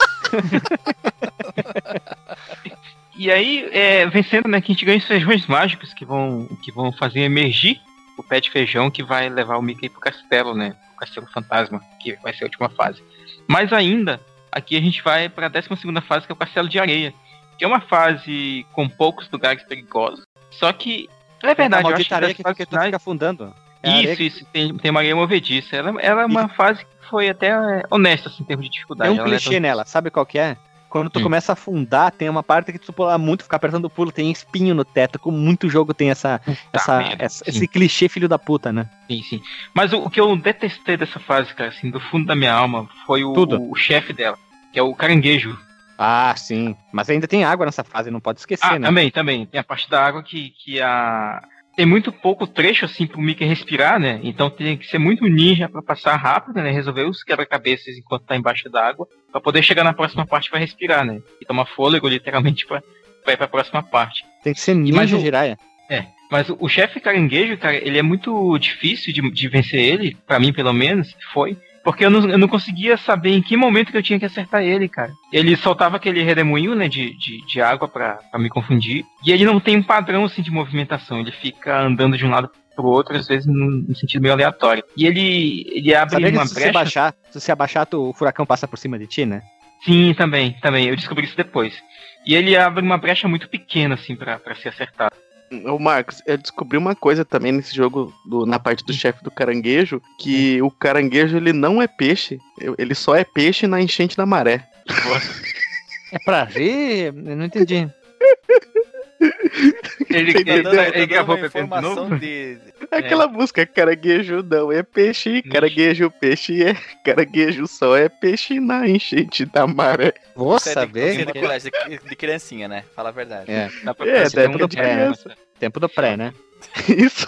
E aí, é, vencendo, né, que a gente ganha os feijões mágicos que vão, que vão fazer emergir o pé de feijão que vai levar o Mickey pro castelo, né? O castelo fantasma, que vai ser a última fase. Mas ainda, aqui a gente vai pra décima segunda fase, que é o castelo de areia. Que é uma fase com poucos lugares perigosos. Só que, é verdade, a eu acho que maldita areia das que fases fica, tu finais- fica afundando. É a Isso, areia que- isso, tem, tem uma areia movediça. Ela, ela é uma fase que foi até é, honesta, assim, em termos de dificuldade. Tem um Ela não é clichê nela, sabe qual que é? Quando tu Hum. começa a afundar, tem uma parte que tu pular muito, ficar apertando o pulo, tem espinho no teto, como muito jogo tem essa, essa, merda, essa- sim. esse clichê filho da puta, né? Sim, sim. Mas o, o que eu detestei dessa fase, cara, assim, do fundo da minha alma, foi o, Tudo. o chefe dela, que é o caranguejo. Ah, sim. Mas ainda tem água nessa fase, não pode esquecer, Ah, né? também, também. Tem a parte da água que, que a... tem muito pouco trecho, assim, pro Mickey respirar, né? Então tem que ser muito ninja pra passar rápido, né? Resolver os quebra-cabeças enquanto tá embaixo da água, pra poder chegar na próxima parte pra respirar, né? E tomar fôlego, literalmente, pra, pra ir pra próxima parte. Tem que ser mas ninja o- Jiraiya. É, mas o, o chefe caranguejo, cara, ele é muito difícil de, de vencer ele, pra mim pelo menos, foi, porque eu não, eu não conseguia saber em que momento que eu tinha que acertar ele, cara. Ele soltava aquele redemoinho, né, de, de, de água pra, pra me confundir, e ele não tem um padrão, assim, de movimentação, ele fica andando de um lado pro outro, às vezes num, num sentido meio aleatório. E ele, ele abre Sabia que uma se você brecha... baixar, se você abaixar, tu, o furacão passa por cima de ti, né? Sim, também, também, eu descobri isso depois. E ele abre uma brecha muito pequena, assim, pra, pra ser acertado. Ô Marcos, eu descobri uma coisa também nesse jogo, do- na parte do chefe do caranguejo, que o caranguejo ele não é peixe, ele só é peixe na enchente da maré. É pra ver? Eu não entendi. Ele, Tá ele, dando- ele Tá dando gravou uma pra de novo? informação de... Aquela música, caranguejo não é peixe, caranguejo peixe é, caranguejo só é peixe na enchente da maré. Vou Isso é de, saber. isso é de que- colégio, de, de criancinha, né? Fala a verdade. É, Dá pra É, fazer deve um do dia, criança. né? tempo do pré, né? Isso.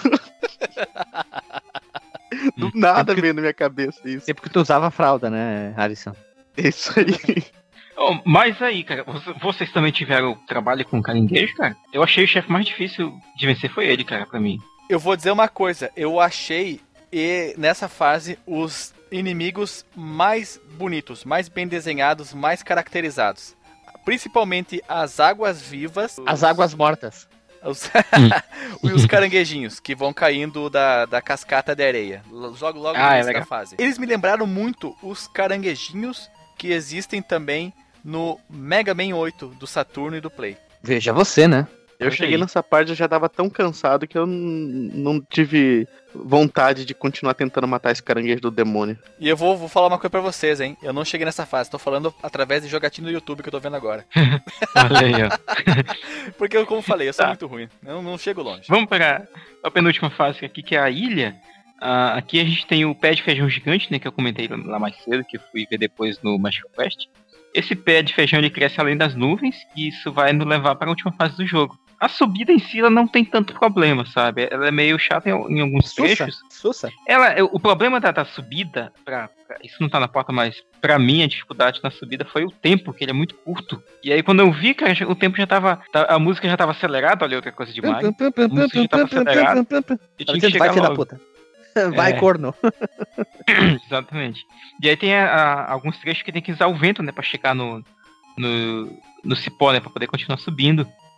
Do nada veio na minha cabeça isso. Sempre que tu usava fralda, né, Alisson? Isso aí. Oh, mas aí, cara, vo- vocês também tiveram trabalho com caranguejo, cara? Eu achei o chefe mais difícil de vencer foi ele, cara, pra mim. Eu vou dizer uma coisa, eu achei e nessa fase os inimigos mais bonitos, mais bem desenhados, mais caracterizados. Principalmente as águas vivas. As os- águas mortas. Os, e os caranguejinhos que vão caindo da, da cascata de areia. Logo, logo Ah, no é início legal. da fase. Eles me lembraram muito os caranguejinhos que existem também no Mega Man oito do Saturno e do Play. Veja você, né? Eu Olha cheguei aí. nessa parte, eu já tava tão cansado que eu n- não tive vontade de continuar tentando matar esse caranguejo do demônio. E eu vou, vou falar uma coisa pra vocês, hein? Eu não cheguei nessa fase, tô falando através de jogatinho no YouTube que eu tô vendo agora. Olha aí, ó. Porque, eu, como falei, eu sou Tá. muito ruim. Eu não chego longe. Vamos para a penúltima fase aqui, que é a ilha. Ah, aqui a gente tem o pé de feijão gigante, né, que eu comentei lá mais cedo, que eu fui ver depois no Magical Quest. Esse pé de feijão ele cresce além das nuvens, e isso vai nos levar para a última fase do jogo. A subida em si ela não tem tanto problema, sabe? Ela é meio chata em, em alguns Sussa. trechos. Sussa. Ela, o problema da, da subida, pra, pra- isso não tá na porta, mas pra mim a dificuldade na subida foi o tempo, que ele é muito curto. E aí quando eu vi, cara, já- o tempo já tava. tá- A música já tava acelerada, olha outra coisa demais. música já tava acelerada. Eu tinha que Vai, chegar filho da logo. puta. Vai, É. corno. Exatamente. E aí tem a- a- alguns trechos que tem que usar o vento, né, pra chegar no, no, no cipó, né, pra poder continuar subindo.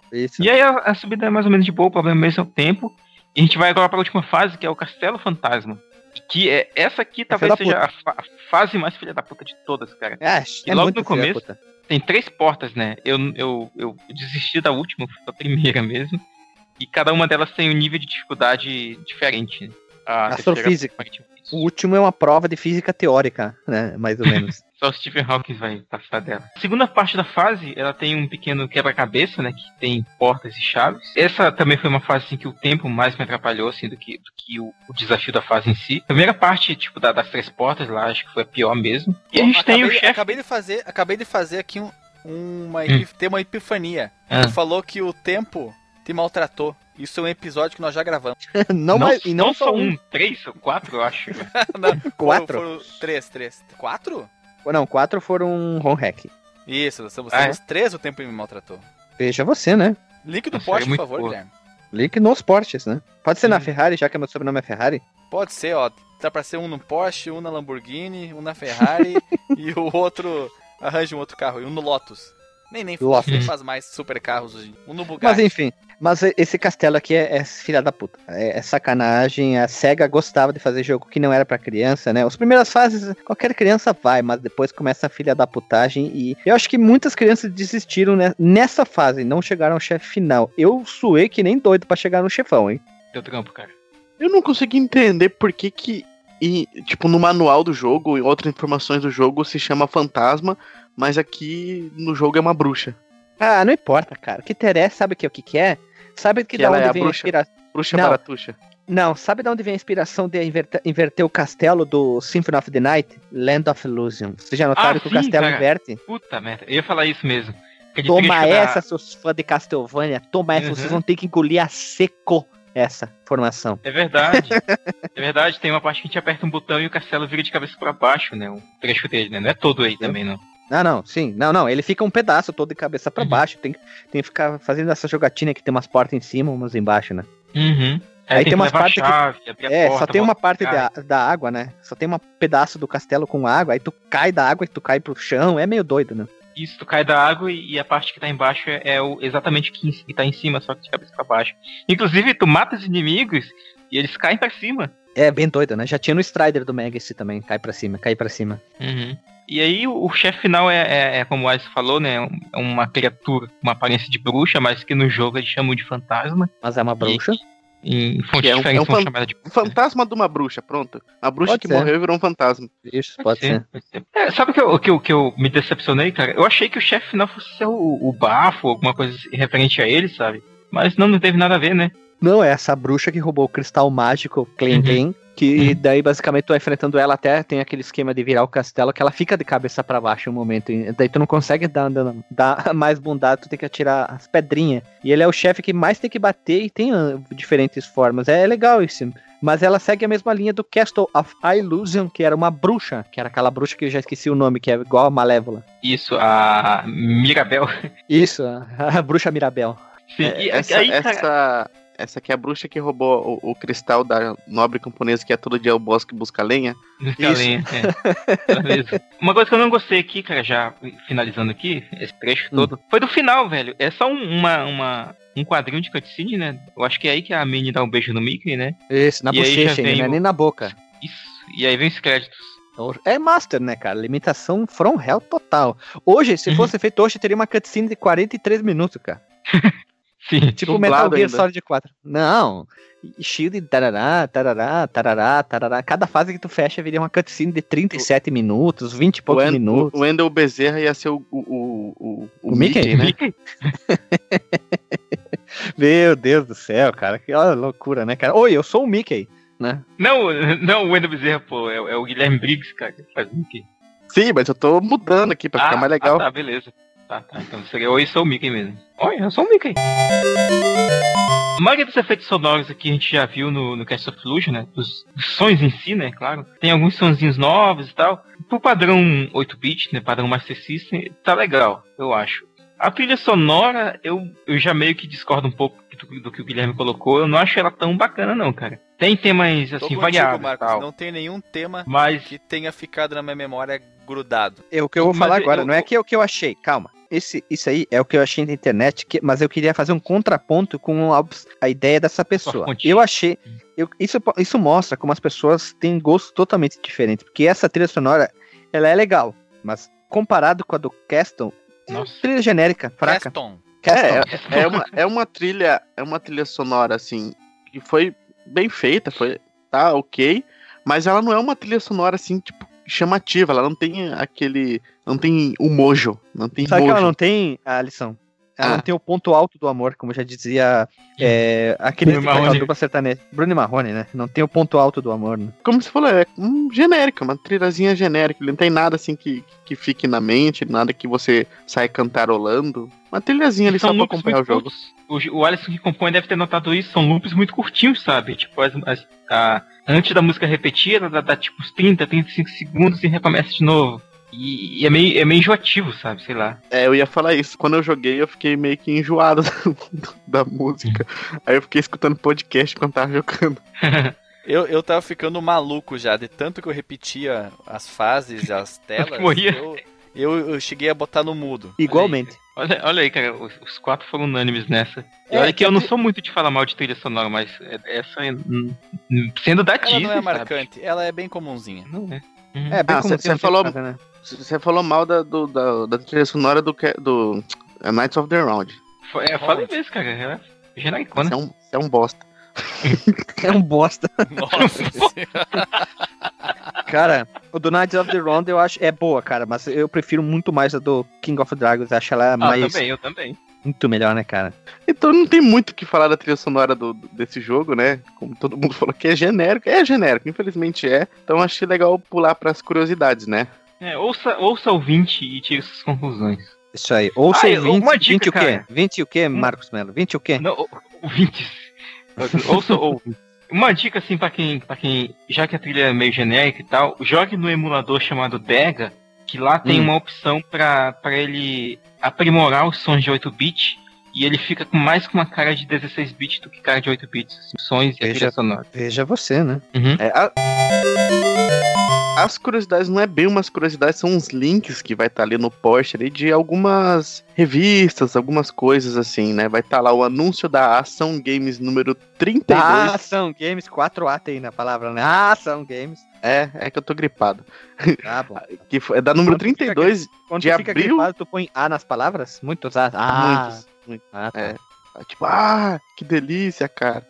Isso. E aí a, a subida é mais ou menos de boa, o problema mesmo é o tempo. E a gente vai agora para a última fase, que é o Castelo Fantasma. Que é essa aqui talvez seja a, fa- a fase mais filha da puta de todas, cara. É, E é logo muito no filho da começo, puta. tem três portas, né? Eu, eu, eu desisti da última, fui pra primeira mesmo. E cada uma delas tem um nível de dificuldade diferente. A Astrofísica. aparentemente, O último é uma prova de física teórica, né? Mais ou menos. Só o Stephen Hawking vai passar dela. A segunda parte da fase, ela tem um pequeno quebra-cabeça, né? Que tem portas e chaves. Essa também foi uma fase assim, que o tempo mais me atrapalhou, assim, do que, do que o, o desafio da fase em si. A primeira parte, tipo, da- das três portas lá, acho que foi a pior mesmo. E a gente tem o acabei, chefe... acabei de fazer, acabei de fazer aqui um, uma, Hum. epif- ter uma epifania. Ah. Tu falou que o tempo te maltratou. Isso é um episódio que nós já gravamos. não, mais, e não, só um. um, três ou quatro, eu acho. Não, Quatro? Foram, foram três, três. Quatro? Não, quatro foram home hack. Isso, somos, Ah, é? somos três, o tempo me maltratou. Veja você, né? Link do Nossa, post, é por muito favor, boa. Guilherme. Link nos Porsches, né? Pode ser na Sim. Ferrari, já que meu sobrenome é Ferrari. Pode ser, ó. Dá pra ser um no Porsche, um na Lamborghini, um na Ferrari e o outro arranja um outro carro. E um no Lotus. Nem, nem Lotus. nem faz mais super carros hoje. Um no Mas Bugatti. enfim, mas esse castelo aqui é, é filha da puta. É, é sacanagem. A SEGA gostava de fazer jogo que não era pra criança, né? As primeiras fases, qualquer criança vai, mas depois começa a filha da putagem. E eu acho que muitas crianças desistiram né, nessa fase, não chegaram ao chefe final. Eu suei que nem doido pra chegar no chefão, hein? Deu trampo, cara. Eu não consegui entender por que que, e, tipo, no manual do jogo, em outras informações do jogo, se chama fantasma, mas aqui no jogo é uma bruxa. Ah, não importa, cara. O que interessa, sabe o que, o que, que é? Sabe que, Que da ela onde é a vem bruxa? a inspiração? Bruxa Não. baratuxa. Não, sabe de onde vem a inspiração de inverter, inverter o castelo do Symphony of the Night? Land of Illusion. Vocês já notaram Ah, que o sim, castelo cara. inverte? Puta merda, eu ia falar isso mesmo. Aquele Toma trecho da- essa, seus fãs de Castlevania. Toma essa, Uhum. vocês vão ter que engolir a seco essa formação. É verdade. É verdade, tem uma parte que a gente aperta um botão e o castelo vira de cabeça pra baixo, né? Um trecho dele, né? Não é todo aí também, não. Não, não, sim. Não, não. Ele fica um pedaço todo de cabeça pra Uhum. baixo. Tem, tem que ficar fazendo essa jogatina que tem umas portas em cima, umas embaixo, né? Uhum. Aí tem que umas levar a partes que- chave, abrir a É, porta, só tem uma voltar parte pra da, da água, né? Só tem um pedaço do castelo com água, aí tu cai da água e tu cai pro chão. É meio doido, né? Isso, tu cai da água e, e a parte que tá embaixo é, é o, exatamente o que, que tá em cima, só que de cabeça pra baixo. Inclusive, tu mata os inimigos e eles caem pra cima. É bem doido, né? Já tinha no Strider do Mega esse também. Cai pra cima, cai pra cima. Uhum. E aí o, o chefe final é, é, é, como o Alisson falou, né? um- É uma criatura com uma aparência de bruxa, mas que no jogo eles chamam de fantasma. Mas é uma bruxa. Em fontes é um- diferentes é um vão fan- chamar ela de Um fantasma de uma bruxa, pronto. A bruxa Pode que ser. morreu virou um fantasma. Isso, pode ser. pode ser. É, sabe o que, eu- o que, eu- que eu me decepcionei, cara? Eu achei que o chefe final fosse ser o, o bafo, alguma coisa referente a ele, sabe? Mas não, não teve nada a ver, né? Não, é essa bruxa que roubou o cristal mágico, Clean Uhum. Clean, que Uhum. daí basicamente tu vai enfrentando ela até, tem aquele esquema de virar o castelo, que ela fica de cabeça pra baixo um momento, e daí tu não consegue dar, dar, dar mais bondade, tu tem que atirar as pedrinhas. E ele é o chefe que mais tem que bater e tem ah, diferentes formas, é legal isso. Mas ela segue a mesma linha do Castle of Illusion, que era uma bruxa, que era aquela bruxa que eu já esqueci o nome, que é igual a Malévola. Isso, a Mirabel. Isso, a, a bruxa Mirabel. Sim, É, e essa, aí, cara, essa, essa aqui é a bruxa que roubou o, o cristal da nobre camponesa que é todo dia ao bosque e busca lenha. Galinha, é. Ela mesma. Uma coisa que eu não gostei aqui, cara, já finalizando aqui, esse trecho todo, foi do final, velho. É só um, uma, uma, um quadrinho de cutscene, né? Eu acho que é aí que a Minnie dá um beijo no Mickey, né? Isso, na E aí já bochecha, ainda, vem não é o- nem na boca. Isso. E aí vem os créditos. É Master, né, cara? Limitação from hell total. Hoje, se Uhum. fosse feito hoje, teria uma cutscene de quarenta e três minutos, cara. Sim. Tipo Dublado Metal Gear ainda. Solid quatro. Não. Shield, tarará, tarará, tarará, tarará. Cada fase que tu fecha viria uma cutscene de trinta e sete minutos, vinte e O, poucos Wen- minutos. o Wendell Bezerra ia ser o, o, o, o, O Mickey? né? Meu Deus do céu, cara. Que ó, loucura, né, cara? Oi, eu sou o Mickey, né? Não, não o Wendel Bezerra, pô, é, é o Guilherme Briggs, cara, que faz o Mickey. Sim, mas eu tô mudando aqui pra ficar mais legal. Ah, tá, beleza. Tá, tá, então seria Oi, sou o Mickey mesmo. Oi, eu sou o Mickey. A maioria dos efeitos sonoros aqui a gente já viu no, no Castle of Illusion, né? Dos sons em si, né? Claro. Tem alguns sonzinhos novos e tal. Pro padrão oito bit, né? Padrão Master System, tá legal, eu acho. A trilha sonora, eu, eu já meio que discordo um pouco do, do que o Guilherme colocou. Eu não acho ela tão bacana, não, cara. Tem temas, Tô assim, contigo, variados e Marcos. tal. Não tem nenhum tema Mas que tenha ficado na minha memória grudado. É o que eu vou Mas falar eu- agora. eu- Não é que é o que eu achei, calma. esse, isso aí é o que eu achei na internet, que, mas eu queria fazer um contraponto com a, a ideia dessa pessoa. Eu achei... Eu, isso, isso mostra como as pessoas têm gostos totalmente diferentes, porque essa trilha sonora, ela é legal, mas comparado com a do Castle, Nossa. trilha genérica, fraca. Caston. É, é, uma, é uma trilha, é uma trilha sonora, assim, que foi bem feita, foi, tá, ok, mas ela não é uma trilha sonora, assim, tipo, chamativa, ela não tem aquele, não tem o mojo, não tem Sabe mojo. que ela não tem a lição? Ela Ah. não tem o ponto alto do amor, como já dizia é, aquele Bruno aquela Marrone. dupla sertaneja. Bruno e Marrone, né? Não tem o ponto alto do amor, né? Como você falou, é um genérico, uma trilhazinha genérica, não tem nada, assim, que, que fique na mente, nada que você sai cantarolando, uma trilhazinha ali só São pra loops acompanhar o muito jogo. curtos. O, o Alisson que compõe deve ter notado isso, são loops muito curtinhos, sabe? Tipo, as, as, a, antes da música repetida, dá, dá tipo uns trinta, trinta e cinco segundos e recomeça de novo. E, e é, meio, é meio enjoativo, sabe? Sei lá. É, eu ia falar isso. Quando eu joguei, eu fiquei meio que enjoado da, da música. Aí eu fiquei escutando podcast quando tava jogando. Eu, eu tava ficando maluco já, de tanto que eu repetia as fases, as telas. morria. Eu, eu, eu cheguei a botar no mudo. Igualmente. Olha, olha aí, cara, os, os quatro foram unânimes nessa. E É, olha que eu não que- sou muito de falar mal de trilha sonora, mas essa é, hum, hum, sendo da Ela Disney, não é sabe? marcante, ela é bem comunzinha. Não é. Uhum. É, bem Ah, como cê- tem cê um falou- tipo de casa, né? Você falou mal da, do, da, da trilha sonora do, que- do é, Knights of the Round. Foi- É, fala mesmo, cara. É genericona. Você é um, você é um bosta. É um bosta. Nossa senhora. Cara, o do Knights of the Round eu acho é boa, cara, mas eu prefiro muito mais a do King of Dragons. Acho ela Ah, mais também, eu também. muito melhor, né, cara? Então não tem muito o que falar da trilha sonora do, desse jogo, né? Como todo mundo falou que é genérico. É genérico, infelizmente é. Então acho legal pular pras curiosidades, né? É, ouça, ouça o vinte e tire suas conclusões. Isso aí. Ouça Ah, o eu- vinte, uma dica, vinte o quê? cara. vinte o quê, Marcos Melo? vinte o quê? Não, o- ouvintes. Ouça ou uma dica assim pra quem, pra quem, já que a trilha é meio genérica e tal, jogue no emulador chamado Dega, que lá tem Hum. uma opção pra, pra ele aprimorar os sons de oito bits e ele fica com mais com uma cara de dezesseis bits do que cara de oito bits, assim, sons e a Veja- trilha sonora. Veja você, né? Uhum. É, a- As curiosidades não é bem umas curiosidades, são uns links que vai estar ali no post ali de algumas revistas, algumas coisas assim, né? Vai estar lá o anúncio da Ação Games número trinta e dois. Ação Games, quatro A tem na palavra, né? Ação Games. É, é que eu tô gripado. Tá bom. Que foi- é da número Quando tu trinta e dois, Quando de tu fica abril? gripado, tu põe A nas palavras? Muitos A. Ah, muitos. muitos. ah, tá. É. Tipo, ah, que delícia, cara.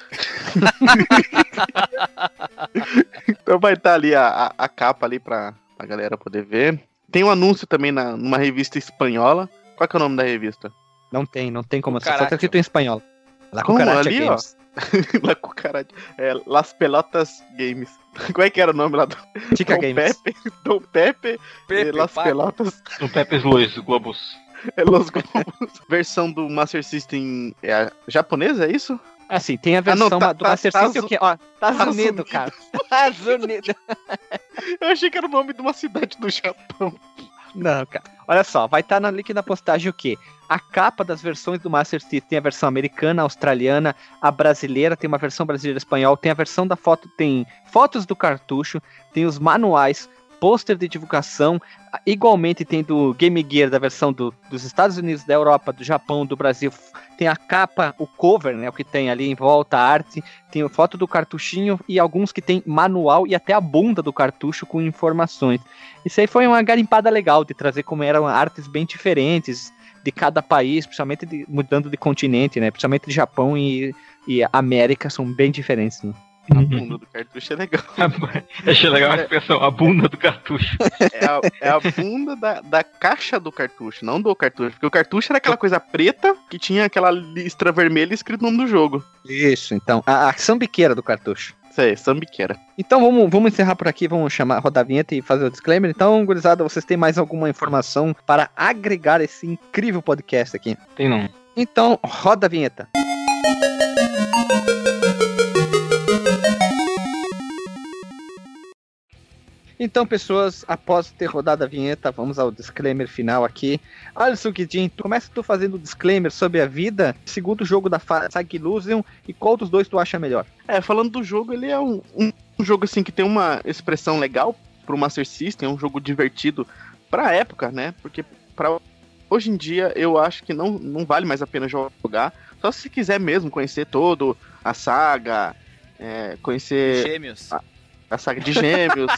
Então vai estar ali a, a, a capa ali pra, pra galera poder ver. Tem um anúncio também na, numa revista espanhola. Qual que é o nome da revista? Não tem, não tem como. Só Cucaracha. tá escrito em espanhol. La Como? Cucaracha Ali, ó. Games. La Cucaracha. É, Las Pelotas Games. Qual é que era o nome lá do Tica Dom Games. Pepe? Dom Pepe, Pepe, eh, Las pai. Pelotas, No Pepes Lois, Globos. eh, Los Globos. Versão do Master System é a japonesa, é isso? Ah, sim, tem a Ah, não, versão tá- do tá- Master tá System, zo- o quê? Ó, tá tá zunido, zunido. cara. Tá zunido. Eu achei que era o nome de uma cidade do Japão. Não, cara. Olha só, vai estar no link na postagem o quê? A capa das versões do Master System tem a versão americana, australiana, a brasileira, tem uma versão brasileira e espanhol, tem a versão da foto, tem fotos do cartucho, tem os manuais, pôster de divulgação, igualmente tem do Game Gear, da versão do, dos Estados Unidos, da Europa, do Japão, do Brasil, tem a capa, o cover, né, o que tem ali em volta, a arte, tem a foto do cartuchinho e alguns que tem manual e até a bunda do cartucho com informações. Isso aí foi uma garimpada legal de trazer como eram artes bem diferentes de cada país, principalmente de- mudando de continente, né, principalmente de Japão e, e América são bem diferentes, né? A Uhum. bunda do cartucho é legal. Achei legal a expressão, a bunda do cartucho. É a, é a bunda da, da caixa do cartucho, não do cartucho. Porque o cartucho era aquela coisa preta que tinha aquela listra vermelha escrito o nome do jogo. Isso, então, a, a sambiqueira do cartucho. Isso aí, sambiqueira. Então vamos, vamos encerrar por aqui, vamos chamar, rodar a vinheta e fazer o disclaimer. Então, gurizada, vocês têm mais alguma informação para agregar esse incrível podcast aqui? Tem não. Então, roda a vinheta. Então, pessoas, após ter rodado a vinheta, vamos ao disclaimer final aqui. Alisson Guidin, tu começa tu fazendo o disclaimer sobre a vida, segundo o jogo da fa- Saga Illusion, e qual dos dois tu acha melhor? É, falando do jogo, ele é um, um, um jogo assim que tem uma expressão legal pro Master System, é um jogo divertido pra época, né? Porque pra hoje em dia eu acho que não, não vale mais a pena jogar. Só se quiser mesmo conhecer todo a saga, é, conhecer Gêmeos. a, a saga de Gêmeos,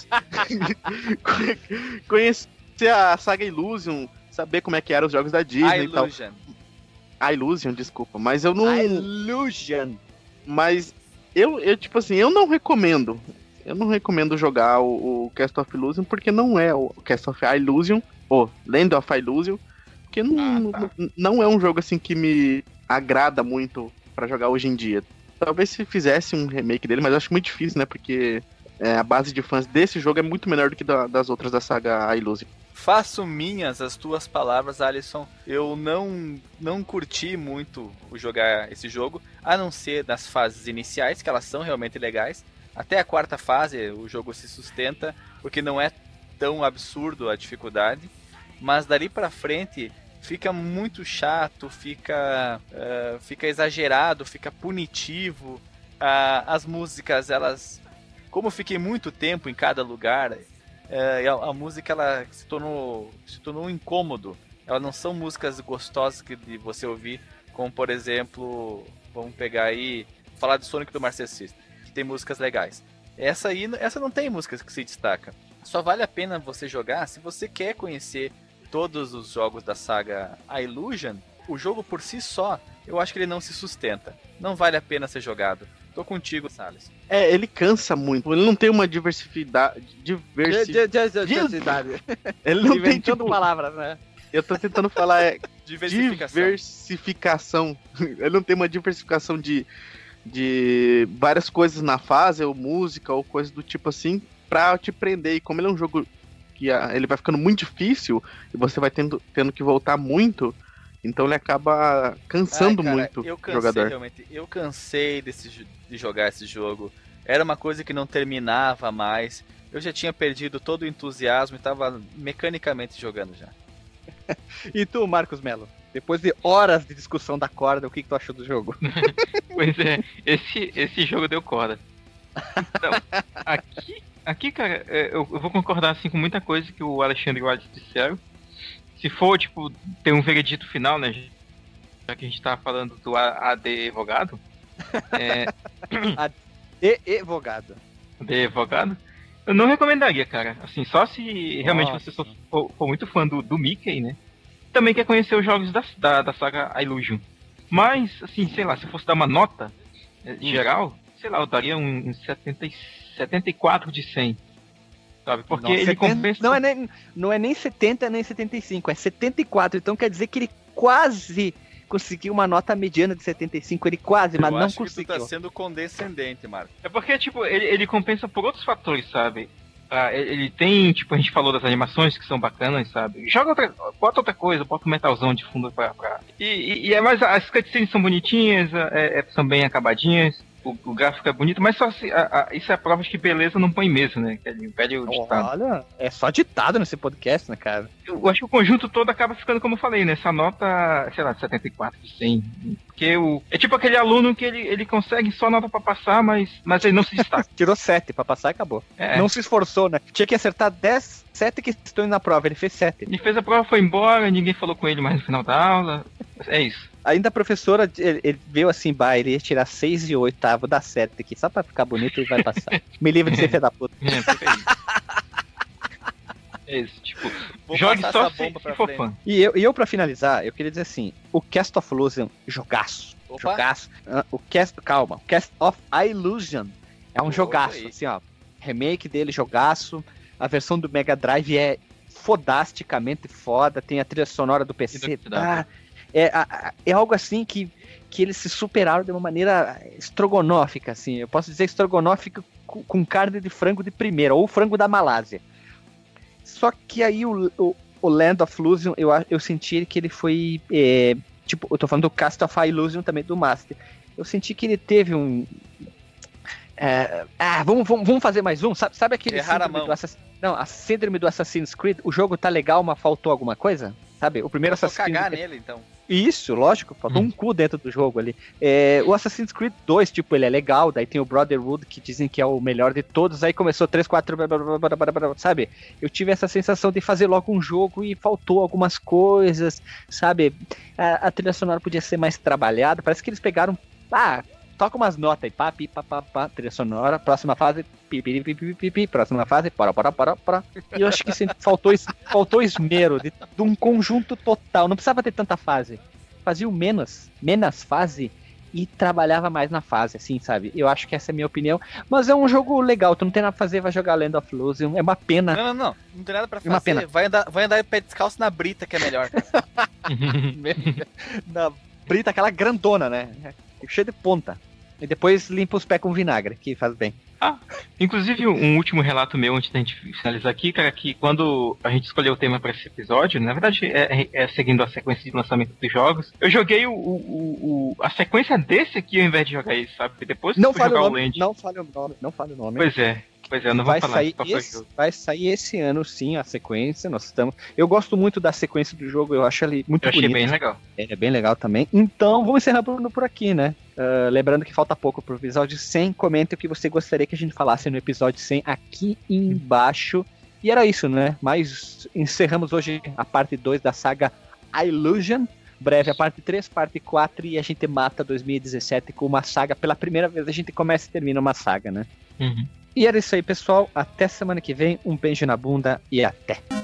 conhecer a saga Illusion, saber como é que eram os jogos da Disney e tal. Illusion. A Illusion, desculpa, mas eu não... Illusion. Mas eu, eu, tipo assim, eu não recomendo. Eu não recomendo jogar o, o Cast of Illusion, porque não é o Cast of Illusion, ou Land of Illusion, porque não, Ah, tá. não, não é um jogo assim que me agrada muito pra jogar hoje em dia. Talvez se fizesse um remake dele, mas eu acho muito difícil, né? Porque é, a base de fãs desse jogo é muito menor do que da, das outras da saga Illusion. Faço minhas as tuas palavras, Alisson. Eu não não curti muito o jogar esse jogo, a não ser nas fases iniciais, que elas são realmente legais. Até a quarta fase o jogo se sustenta, porque não é tão absurdo a dificuldade. Mas dali pra frente fica muito chato, fica, uh, fica exagerado, fica punitivo. Uh, as músicas, elas... Como eu fiquei muito tempo em cada lugar... É, a, a música ela se tornou, se tornou um incômodo. Elas não são músicas gostosas que, de você ouvir, como por exemplo, vamos pegar aí, falar de Sonic do Master System, que tem músicas legais. Essa aí, essa não tem músicas que se destacam. Só vale a pena você jogar se você quer conhecer todos os jogos da saga Illusion. O jogo por si só, eu acho que ele não se sustenta. Não vale a pena ser jogado. Tô contigo, Salles. É, ele cansa muito. Ele não tem uma diversidade. Diversi... Diversidade. Ele não tem, Inventando tipo... palavras, né? Eu tô tentando falar é Diversificação. diversificação. Ele não tem uma diversificação de, de várias coisas na fase, ou música, ou coisa do tipo assim, pra te prender. E como ele é um jogo que a, ele vai ficando muito difícil, e você vai tendo, tendo que voltar muito, então ele acaba cansando Ai, cara, muito eu o cansei, jogador. Realmente, eu cansei desse, de jogar esse jogo. Era uma coisa que não terminava mais. Eu já tinha perdido todo o entusiasmo e tava mecanicamente jogando já. E tu, Marcos Melo? Depois de horas de discussão da corda, o que, que tu achou do jogo? Pois é, esse, esse jogo deu corda. Então, aqui, aqui cara, eu, eu vou concordar assim com muita coisa que o Alexandre e o Alisson disseram. Se for, tipo, ter um veredito final, né? Já que a gente tá falando do A D Evogado. É... E-evogado. A D Evogado. Eu não recomendaria, cara. Assim, só se realmente Nossa. você for, for, for muito fã do, do Mickey, né? Também quer conhecer os jogos da, da, da saga Illusion. Mas, assim, sei lá, se fosse dar uma nota eh, geral, sei lá, eu daria um, um setenta, setenta e quatro de cem. Sabe? Porque Nossa, ele setenta compensa... Não é, nem, não é nem setenta nem setenta e cinco, é setenta e quatro. Então quer dizer que ele quase conseguiu uma nota mediana de setenta e cinco. Ele quase, Eu mas não acho que tu conseguiu. tá sendo condescendente, Marco. É porque, tipo, ele, ele compensa por outros fatores, sabe? Ah, ele, ele tem, tipo, a gente falou das animações que são bacanas, sabe? Joga outra, bota outra coisa, bota um metalzão de fundo pra... pra... E, e, e é mais, as cutscenes são bonitinhas, é, é, são bem acabadinhas, o, o gráfico é bonito, mas só se, a, a, isso é a prova de que beleza não põe mesa, né? Que é o velho ditado. Olha, é só ditado nesse podcast, né, cara? Eu acho que o conjunto todo acaba ficando, como eu falei, nessa nota, sei lá, setenta e quatro de cem. Porque o, é tipo aquele aluno que ele, ele consegue só nota pra passar, mas, mas ele não se destaca. Tirou sete pra passar e acabou. É. Não se esforçou, né? Tinha que acertar dez, sete questões na prova, ele fez sete. Ele fez a prova, foi embora, ninguém falou com ele mais no final da aula. É isso. Ainda a professora, ele, ele veio assim, bah, ele ia tirar seis e oito, tá, vou dar sete aqui, só pra ficar bonito e vai passar. Me livre de ser filho da puta. É, foi isso. É isso, tipo, Vou jogue passar só essa se, bomba pra se for frente. fã. E eu, e eu, pra finalizar, eu queria dizer assim, o Cast of Illusion, jogaço. Opa. Jogaço. Ah, O Cast, calma, o Cast of Illusion é um Oi, jogaço, oi. assim, ó. Remake dele, jogaço. A versão do Mega Drive é fodasticamente foda, tem a trilha sonora do P C. Inoxidável. Tá, é, a- a- é algo assim que, que eles se superaram de uma maneira estrogonófica, assim. Eu posso dizer estrogonófica com, com carne de frango de primeira, ou frango da Malásia. Só que aí o, o, o Land of Illusion, eu, a- eu senti que ele foi. é, tipo, eu tô falando do Cast of Illusion também do Master. Eu senti que ele teve um. é, ah, vamos, vamos, vamos fazer mais um? Sabe, sabe aquele Errar a síndrome mão. do Assassin... Não, a síndrome do Assassin's Creed? O jogo tá legal, mas faltou alguma coisa? Sabe? O primeiro Eu vou Assassin's cagar Creed. nele, então. Isso, lógico, faltou Hum. um cu dentro do jogo ali. É, o Assassin's Creed dois, tipo, ele é legal, daí tem o Brotherhood, que dizem que é o melhor de todos, aí começou três, quatro, blá, blá, blá, blá, blá, blá, sabe? Eu tive essa sensação de fazer logo um jogo e faltou algumas coisas, sabe? A, a trilha sonora podia ser mais trabalhada, parece que eles pegaram, ah, toca umas notas aí, pá, pi, pá, pá, pá, trilha sonora, próxima fase, pi, pi, pi, pi, pi, pi, próxima fase, para, para, para, para. E eu acho que sempre faltou, es- faltou esmero de, de um conjunto total, não precisava ter tanta fase. Fazia o menos, menos fase e trabalhava mais na fase, assim, sabe? Eu acho que essa é a minha opinião, mas é um jogo legal, tu não tem nada pra fazer, vai jogar Land of Illusion, é uma pena. Não, não, não. Não tem nada pra Uma fazer. pena. Vai andar, vai andar pé descalço na brita, que é melhor. Na brita, aquela grandona, né? Cheia de ponta. E depois limpa os pés com vinagre, que faz bem. Inclusive, um último relato meu antes da gente finalizar aqui, cara, que quando a gente escolheu o tema para esse episódio, na verdade é, é seguindo a sequência de lançamento dos jogos, eu joguei o, o, o- a sequência desse aqui ao invés de jogar isso, sabe? Depois que Não eu fui fale o jogar o nome, Land. não fale o nome, não fale o nome. Pois é, pois é, eu não vou vai falar sair qual foi o esse, jogo. vai sair esse ano, sim, a sequência. Nós estamos. Eu gosto muito da sequência do jogo, eu acho ele muito Eu achei bonito. bem legal. É bem legal também. Então, vamos encerrar por, por aqui, né? Ah, lembrando que falta pouco pro episódio cem. Comente o que você gostaria que a gente falasse no episódio cem aqui embaixo. E era isso, né? Mas encerramos hoje a parte dois da saga Illusion. Breve a parte três, parte quatro, e a gente mata dois mil e dezessete com uma saga. Pela primeira vez a gente começa e termina uma saga, né? Uhum. E era isso aí, pessoal. Até semana que vem. Um beijo na bunda e até.